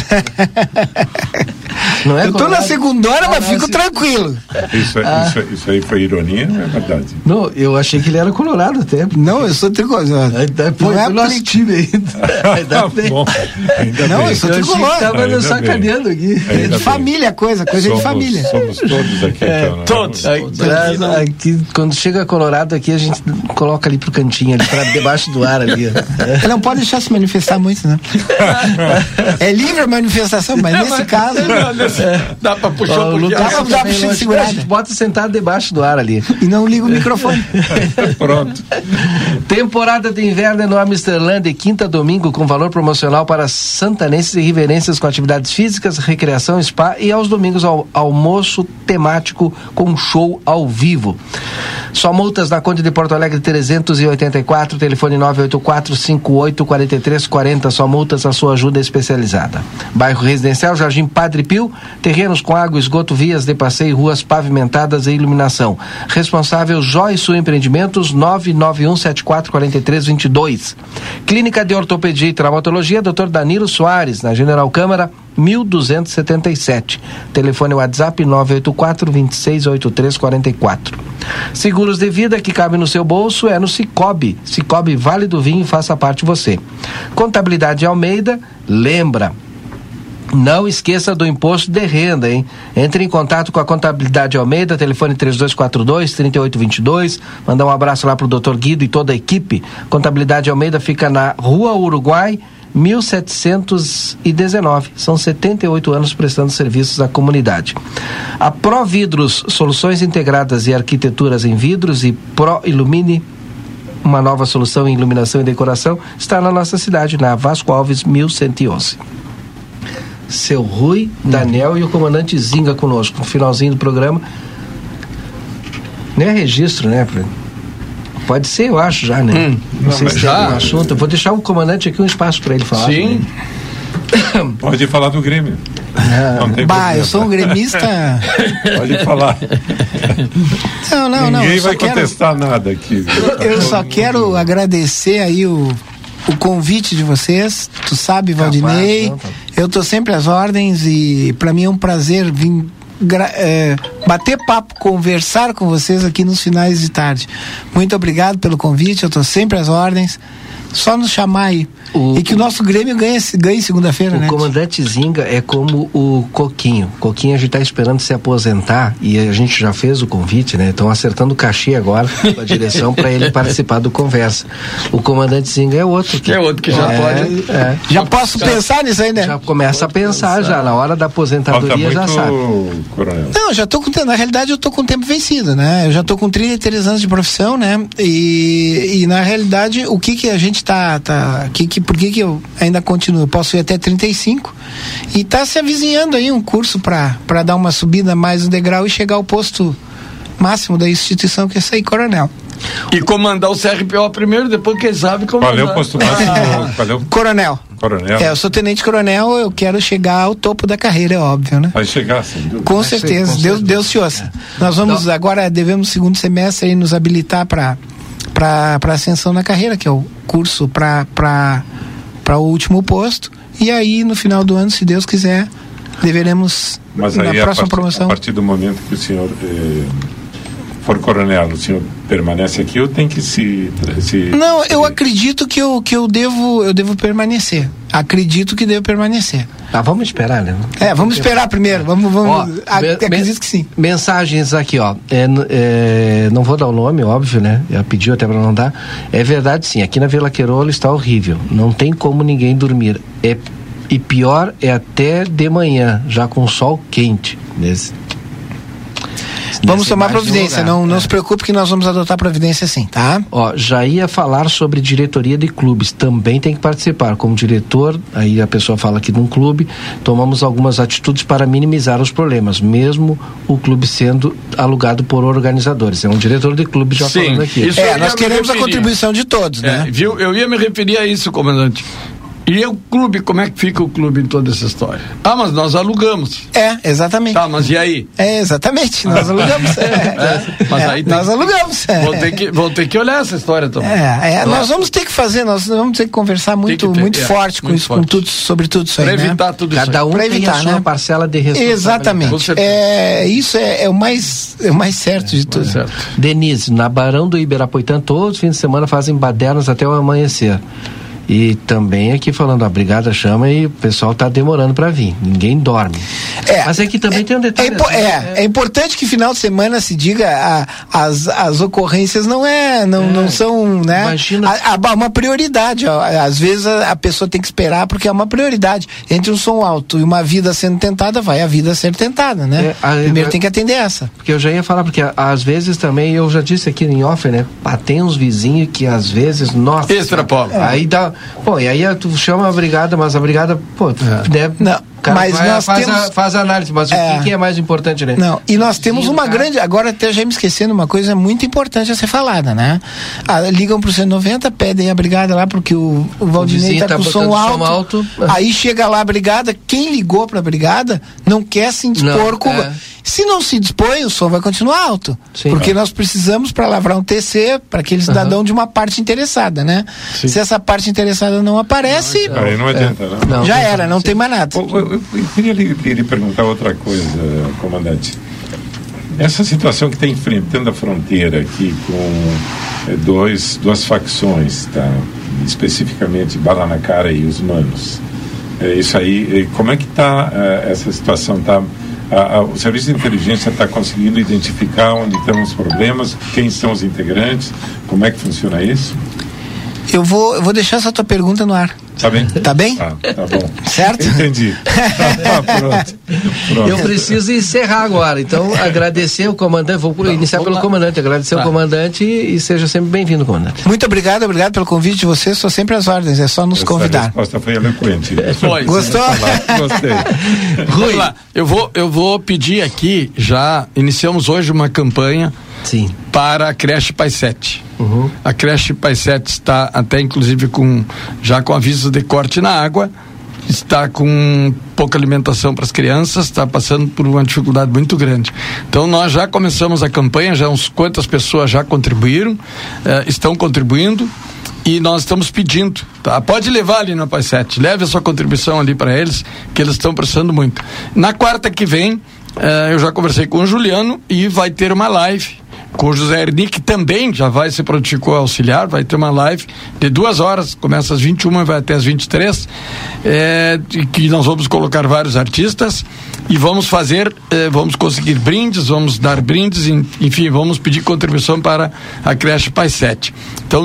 Não é
eu tô na segunda hora, mas fico tranquilo.
Isso aí foi ironia, não é verdade?
Não, eu achei que ele era colorado até.
Não, eu sou tricolor.
Não é nosso time ainda.
Não, eu sou tricolor.
Tava sacaneando aqui.
De família, coisa de família.
Somos todos aqui, então.
Todos.
Aqui, quando chega colorado aqui, a gente coloca ali pro cantinho, ali pra debaixo do ar ali.
Ele não pode deixar se manifestar muito, né? É livre a manifestação, mas nesse caso...
Dá pra puxar um pouquinho.
Dá pra segurar.
A gente bota sentado debaixo do ar ali.
E não liga o microfone.
Pronto.
Temporada de inverno no Amsterland, de quinta a domingo, com valor promocional para santanenses e riverenses, com atividades físicas, recreação, spa e aos domingos almoço temático com show ao vivo. Só multas na Conde de Porto Alegre 384, telefone 984-58-4340. Só multas, a sua ajuda especializada. Bairro Residencial Jardim Padre Pio, terrenos com água, esgoto, vias de passeio, ruas pavimentadas e iluminação. Responsável Joysul Empreendimentos, 991744322. Clínica de Ortopedia e Traumatologia, Dr. Danilo Soares, na General Câmara 1277. Telefone WhatsApp 984-268344. Seguros de vida que cabe no seu bolso é no Cicobi. Cicobi Vale do Vinho, faça parte você. Contabilidade Almeida, lembra, não esqueça do imposto de renda, hein? Entre em contato com a Contabilidade Almeida, telefone 3242-3822. Mandar um abraço lá pro Dr. Guido e toda a equipe. Contabilidade Almeida fica na Rua Uruguai 1719. São 78 anos prestando serviços à comunidade. A Pro Vidros, soluções integradas e arquiteturas em vidros, e Pro Ilumine, uma nova solução em iluminação e decoração, está na nossa cidade, na Vasco Alves 1111. Seu Rui, Daniel e o comandante Zinga conosco. No finalzinho do programa. Nem é registro, né? Pode ser, eu acho, já, né? Não sei se já tem um assunto. Eu vou deixar o comandante aqui um espaço para ele falar.
Sim. Pode falar do Grêmio. Não tem problema.
Eu sou um gremista.
Pode falar.
Não.
Ninguém vai contestar nada aqui.
Eu só quero agradecer aí o convite de vocês. Tu sabe, Valdinei. Eu tô sempre às ordens e para mim é um prazer vir bater papo, conversar com vocês aqui nos finais de tarde. Muito obrigado pelo convite, eu tô sempre às ordens. Só nos chamar aí. E que o nosso Grêmio ganhe segunda-feira, né?
O comandante Zinga é como o Coquinho. Coquinho a gente tá esperando se aposentar e a gente já fez o convite, né? Estão acertando o cachê agora com a direção para ele participar do Conversa. O comandante Zinga é outro que já pode.
Já posso pensar nisso aí, né?
Já começa a pensar já, na hora da aposentadoria já sabe.
Coronel.
Não, já tô na realidade eu tô com o tempo vencido, né? Eu já tô com 33 anos de profissão, né? E na realidade, o que a gente por que eu ainda continuo? Eu posso ir até 35 e tá se avizinhando aí um curso para dar uma subida mais no degrau e chegar ao posto máximo da instituição, que é sair coronel.
E comandar o CRPO primeiro, depois quem sabe comandar.
Qual é o posto máximo?
Coronel. Eu sou tenente coronel, eu quero chegar ao topo da carreira, é óbvio, né?
Vai chegar, sem dúvida.
Com certeza, Deus se ouça. Nós vamos agora, devemos segundo semestre aí nos habilitar para ascensão na carreira, que é o curso para o último posto, e aí no final do ano, se Deus quiser, deveremos
na
próxima promoção.
A partir do momento que o senhor for coronel, o senhor permanece aqui ou tem que se
Não, eu acredito que eu devo permanecer. Acredito que devo permanecer.
Vamos esperar, né?
Vamos esperar primeiro. Acredito que sim.
Mensagens aqui, ó. Não vou dar o nome, óbvio, né? Já pediu até para não dar. É verdade, sim. Aqui na Vila Queirola está horrível. Não tem como ninguém dormir. E pior é até de manhã, já com sol quente.
Vamos tomar providência, não se preocupe que nós vamos adotar providência sim, tá?
Já ia falar sobre diretoria de clubes, também tem que participar. Como diretor, aí a pessoa fala aqui de um clube, tomamos algumas atitudes para minimizar os problemas, mesmo o clube sendo alugado por organizadores. É um diretor de clube já falando aqui.
Nós queremos a contribuição de todos, né?
Viu? Eu ia me referir a isso, comandante. E o clube, como é que fica o clube em toda essa história? Mas nós alugamos.
Exatamente.
Mas e aí?
Exatamente, nós alugamos.
Mas aí
nós alugamos.
Vou ter que olhar essa história também.
Nós vamos ter que fazer, nós vamos ter que conversar muito forte com isso, sobre tudo isso aí.
Para evitar tudo isso.
Cada um tem a sua parcela de responsabilidade.
Exatamente. Isso é o mais certo de tudo.
Certo. Denise, na Barão do Ibirapuitã, todos os fins de semana fazem badernas até o amanhecer. E também aqui falando, a brigada chama e o pessoal tá demorando para vir. Ninguém dorme. Mas aqui também tem um detalhe.
É importante que final de semana se diga as ocorrências não são, né?
Imagina.
Uma prioridade. Às vezes a pessoa tem que esperar porque é uma prioridade. Entre um som alto e uma vida sendo tentada, vai a vida ser tentada, né? Primeiro tem que atender essa.
Porque eu já ia falar, porque às vezes também, eu já disse aqui em off, né? Tem uns vizinhos que às vezes, nossa.
Extrapola.
Aí dá. E aí tu chama a brigada, mas a brigada, né? cara faz a análise, mas o que é mais importante, né?
Não, e nós temos uma grande, agora até já me esquecendo, uma coisa muito importante a ser falada, né? Ligam pro 190, pedem a brigada lá porque o Valdinei tá com o som alto. Aí chega lá a brigada, quem ligou pra brigada não quer se indispor com... Se não se dispõe, o som vai continuar alto. Sim, porque nós precisamos para lavrar um TC para aquele cidadão de uma parte interessada, né? Sim. Se essa parte interessada não aparece...
Não adianta, não.
Já era, não tem mais nada.
Eu queria lhe perguntar outra coisa, comandante. Essa situação que está enfrentando a fronteira aqui com duas facções, tá? Especificamente Bala na Cara e os Manos. Isso aí, como é que está essa situação? O serviço de inteligência está conseguindo identificar onde estão os problemas, quem são os integrantes, como é que funciona isso?
Eu vou deixar essa tua pergunta no ar.
Tá bem?
Tá bem?
Tá bom.
Certo?
Entendi. Pronto.
Eu preciso encerrar agora, então agradecer o comandante, vou iniciar pelo comandante, agradecer o comandante e seja sempre bem-vindo, comandante.
Muito obrigado pelo convite de vocês, estou sempre às ordens, é só nos convidar.
A resposta foi eloquente.
Gostou?
Gostei.
Rui, eu vou pedir aqui, já iniciamos hoje uma campanha para a creche Pai 7. A creche Pai 7 está até inclusive já com aviso de corte na água, está com pouca alimentação para as crianças, está passando por uma dificuldade muito grande. Então nós já começamos a campanha, já quantas pessoas já contribuíram, estão contribuindo e nós estamos pedindo, tá? Pode levar ali na Pai 7, leve a sua contribuição ali para eles, que eles estão precisando muito. Na quarta que vem, eu já conversei com o Juliano e vai ter uma live com o José Erni, que também já vai se prontificou a auxiliar, vai ter uma live de 2 horas, começa às 21 e vai até às 23, que nós vamos colocar vários artistas e vamos vamos conseguir brindes, vamos dar brindes, enfim, vamos pedir contribuição para a creche Pai 7. Então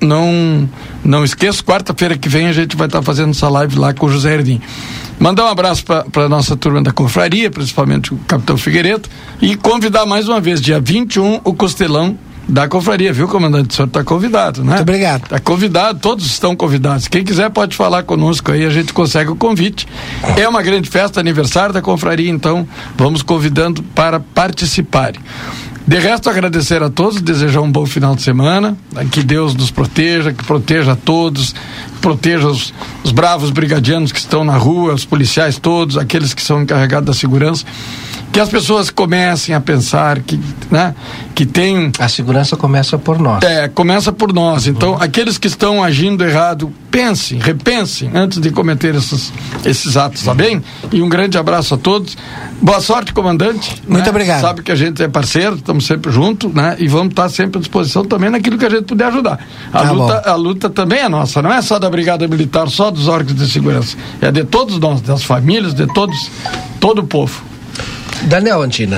não esqueça, quarta-feira que vem a gente vai estar fazendo essa live lá com o José Erni. Mandar um abraço para a nossa turma da confraria, principalmente o capitão Figueiredo, e convidar mais uma vez, dia 21, o Costelão da confraria, viu, comandante? O senhor está convidado, né?
Muito obrigado.
Está convidado, todos estão convidados. Quem quiser pode falar conosco aí, a gente consegue o convite. É uma grande festa, aniversário da confraria, então vamos convidando para participarem. De resto, agradecer a todos, desejar um bom final de semana, que Deus nos proteja, que proteja a todos, proteja os bravos brigadianos que estão na rua, os policiais todos, aqueles que são encarregados da segurança, que as pessoas comecem a pensar que tem...
A segurança começa por nós.
Começa por nós. Então, aqueles que estão agindo errado, repensem antes de cometer esses atos, tá bem? E um grande abraço a todos. Boa sorte, comandante.
Muito obrigado.
Sabe que a gente é parceiro, estamos sempre juntos, né? E vamos estar sempre à disposição também naquilo que a gente puder ajudar. A luta também é nossa, não é só da Brigada Militar, só dos órgãos de segurança. É de todos nós, das famílias, de todo o povo.
Daniel Antina.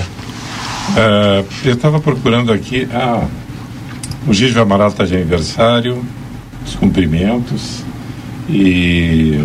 Eu estava procurando aqui o Gígio Amaral está de aniversário, os cumprimentos, e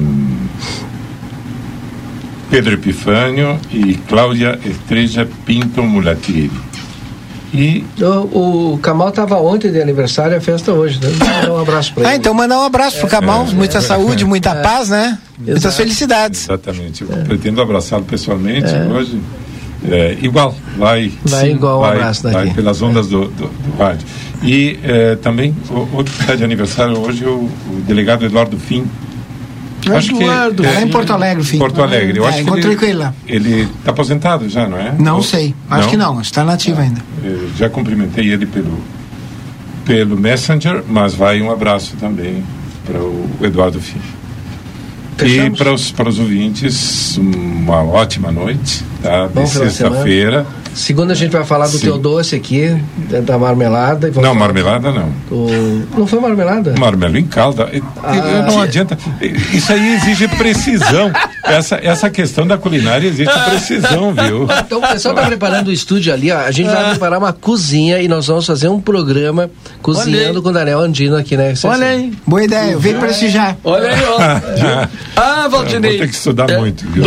Pedro Epifânio e Cláudia Estreja Pinto Mulatieri.
E o Camal estava ontem de aniversário, a festa hoje, né? Mandar um abraço para ele.
Então mandar um abraço pro Camal, muita saúde, muita paz, né? Muitas felicidades.
Exatamente, eu pretendo abraçá-lo pessoalmente hoje. Igual, vai
igual um abraço daqui.
Vai pelas ondas do rádio. E também, outro que está de aniversário hoje, o delegado Eduardo Fim.
Acho que lá em Porto Alegre, Fim.
Porto Alegre. Eu acho
encontrei com ele lá.
Ele está aposentado já, não é?
Não sei. Acho que não. Está nativo ainda.
Já cumprimentei ele pelo Messenger, mas vai um abraço também para o Eduardo Fim. E para os ouvintes, uma ótima noite, tá? De sexta-feira.
Segunda a gente vai falar do teu doce aqui, da marmelada.
Não, marmelada não.
Não foi marmelada?
Marmelo em calda. Não adianta. Isso aí exige precisão. Essa questão da culinária exige precisão, viu?
Então o pessoal está preparando o estúdio ali, ó. A gente vai preparar uma cozinha e nós vamos fazer um programa cozinhando com o Daniel Andino aqui, né?
Olha aí. Boa ideia, vem prestigiar.
Olha aí, ó. Valdinei.
Vou ter que estudar muito, viu?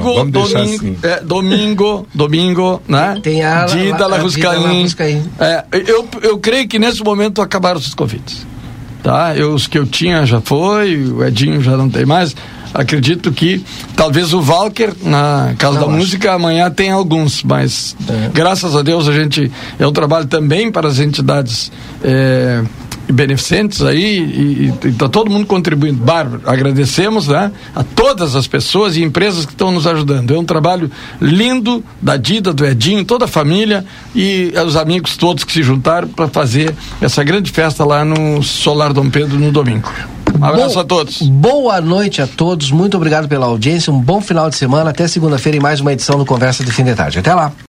Domingo, né?
Tem a
Dida Larruscaim. Eu creio que nesse momento acabaram os convites. Tá? Os que eu tinha já foi, o Edinho já não tem mais. acredito que talvez o Walker, na Casa da Música, amanhã tem alguns, mas graças a Deus é um trabalho também para as entidades beneficentes aí, e tá todo mundo contribuindo. Bárbaro, agradecemos, né, a todas as pessoas e empresas que estão nos ajudando. É um trabalho lindo da Dida, do Edinho, toda a família e os amigos todos que se juntaram para fazer essa grande festa lá no Solar Dom Pedro no domingo. Um abraço a todos.
Boa noite a todos, muito obrigado pela audiência, um bom final de semana, até segunda-feira em mais uma edição do Conversa de Fim de Tarde. Até lá.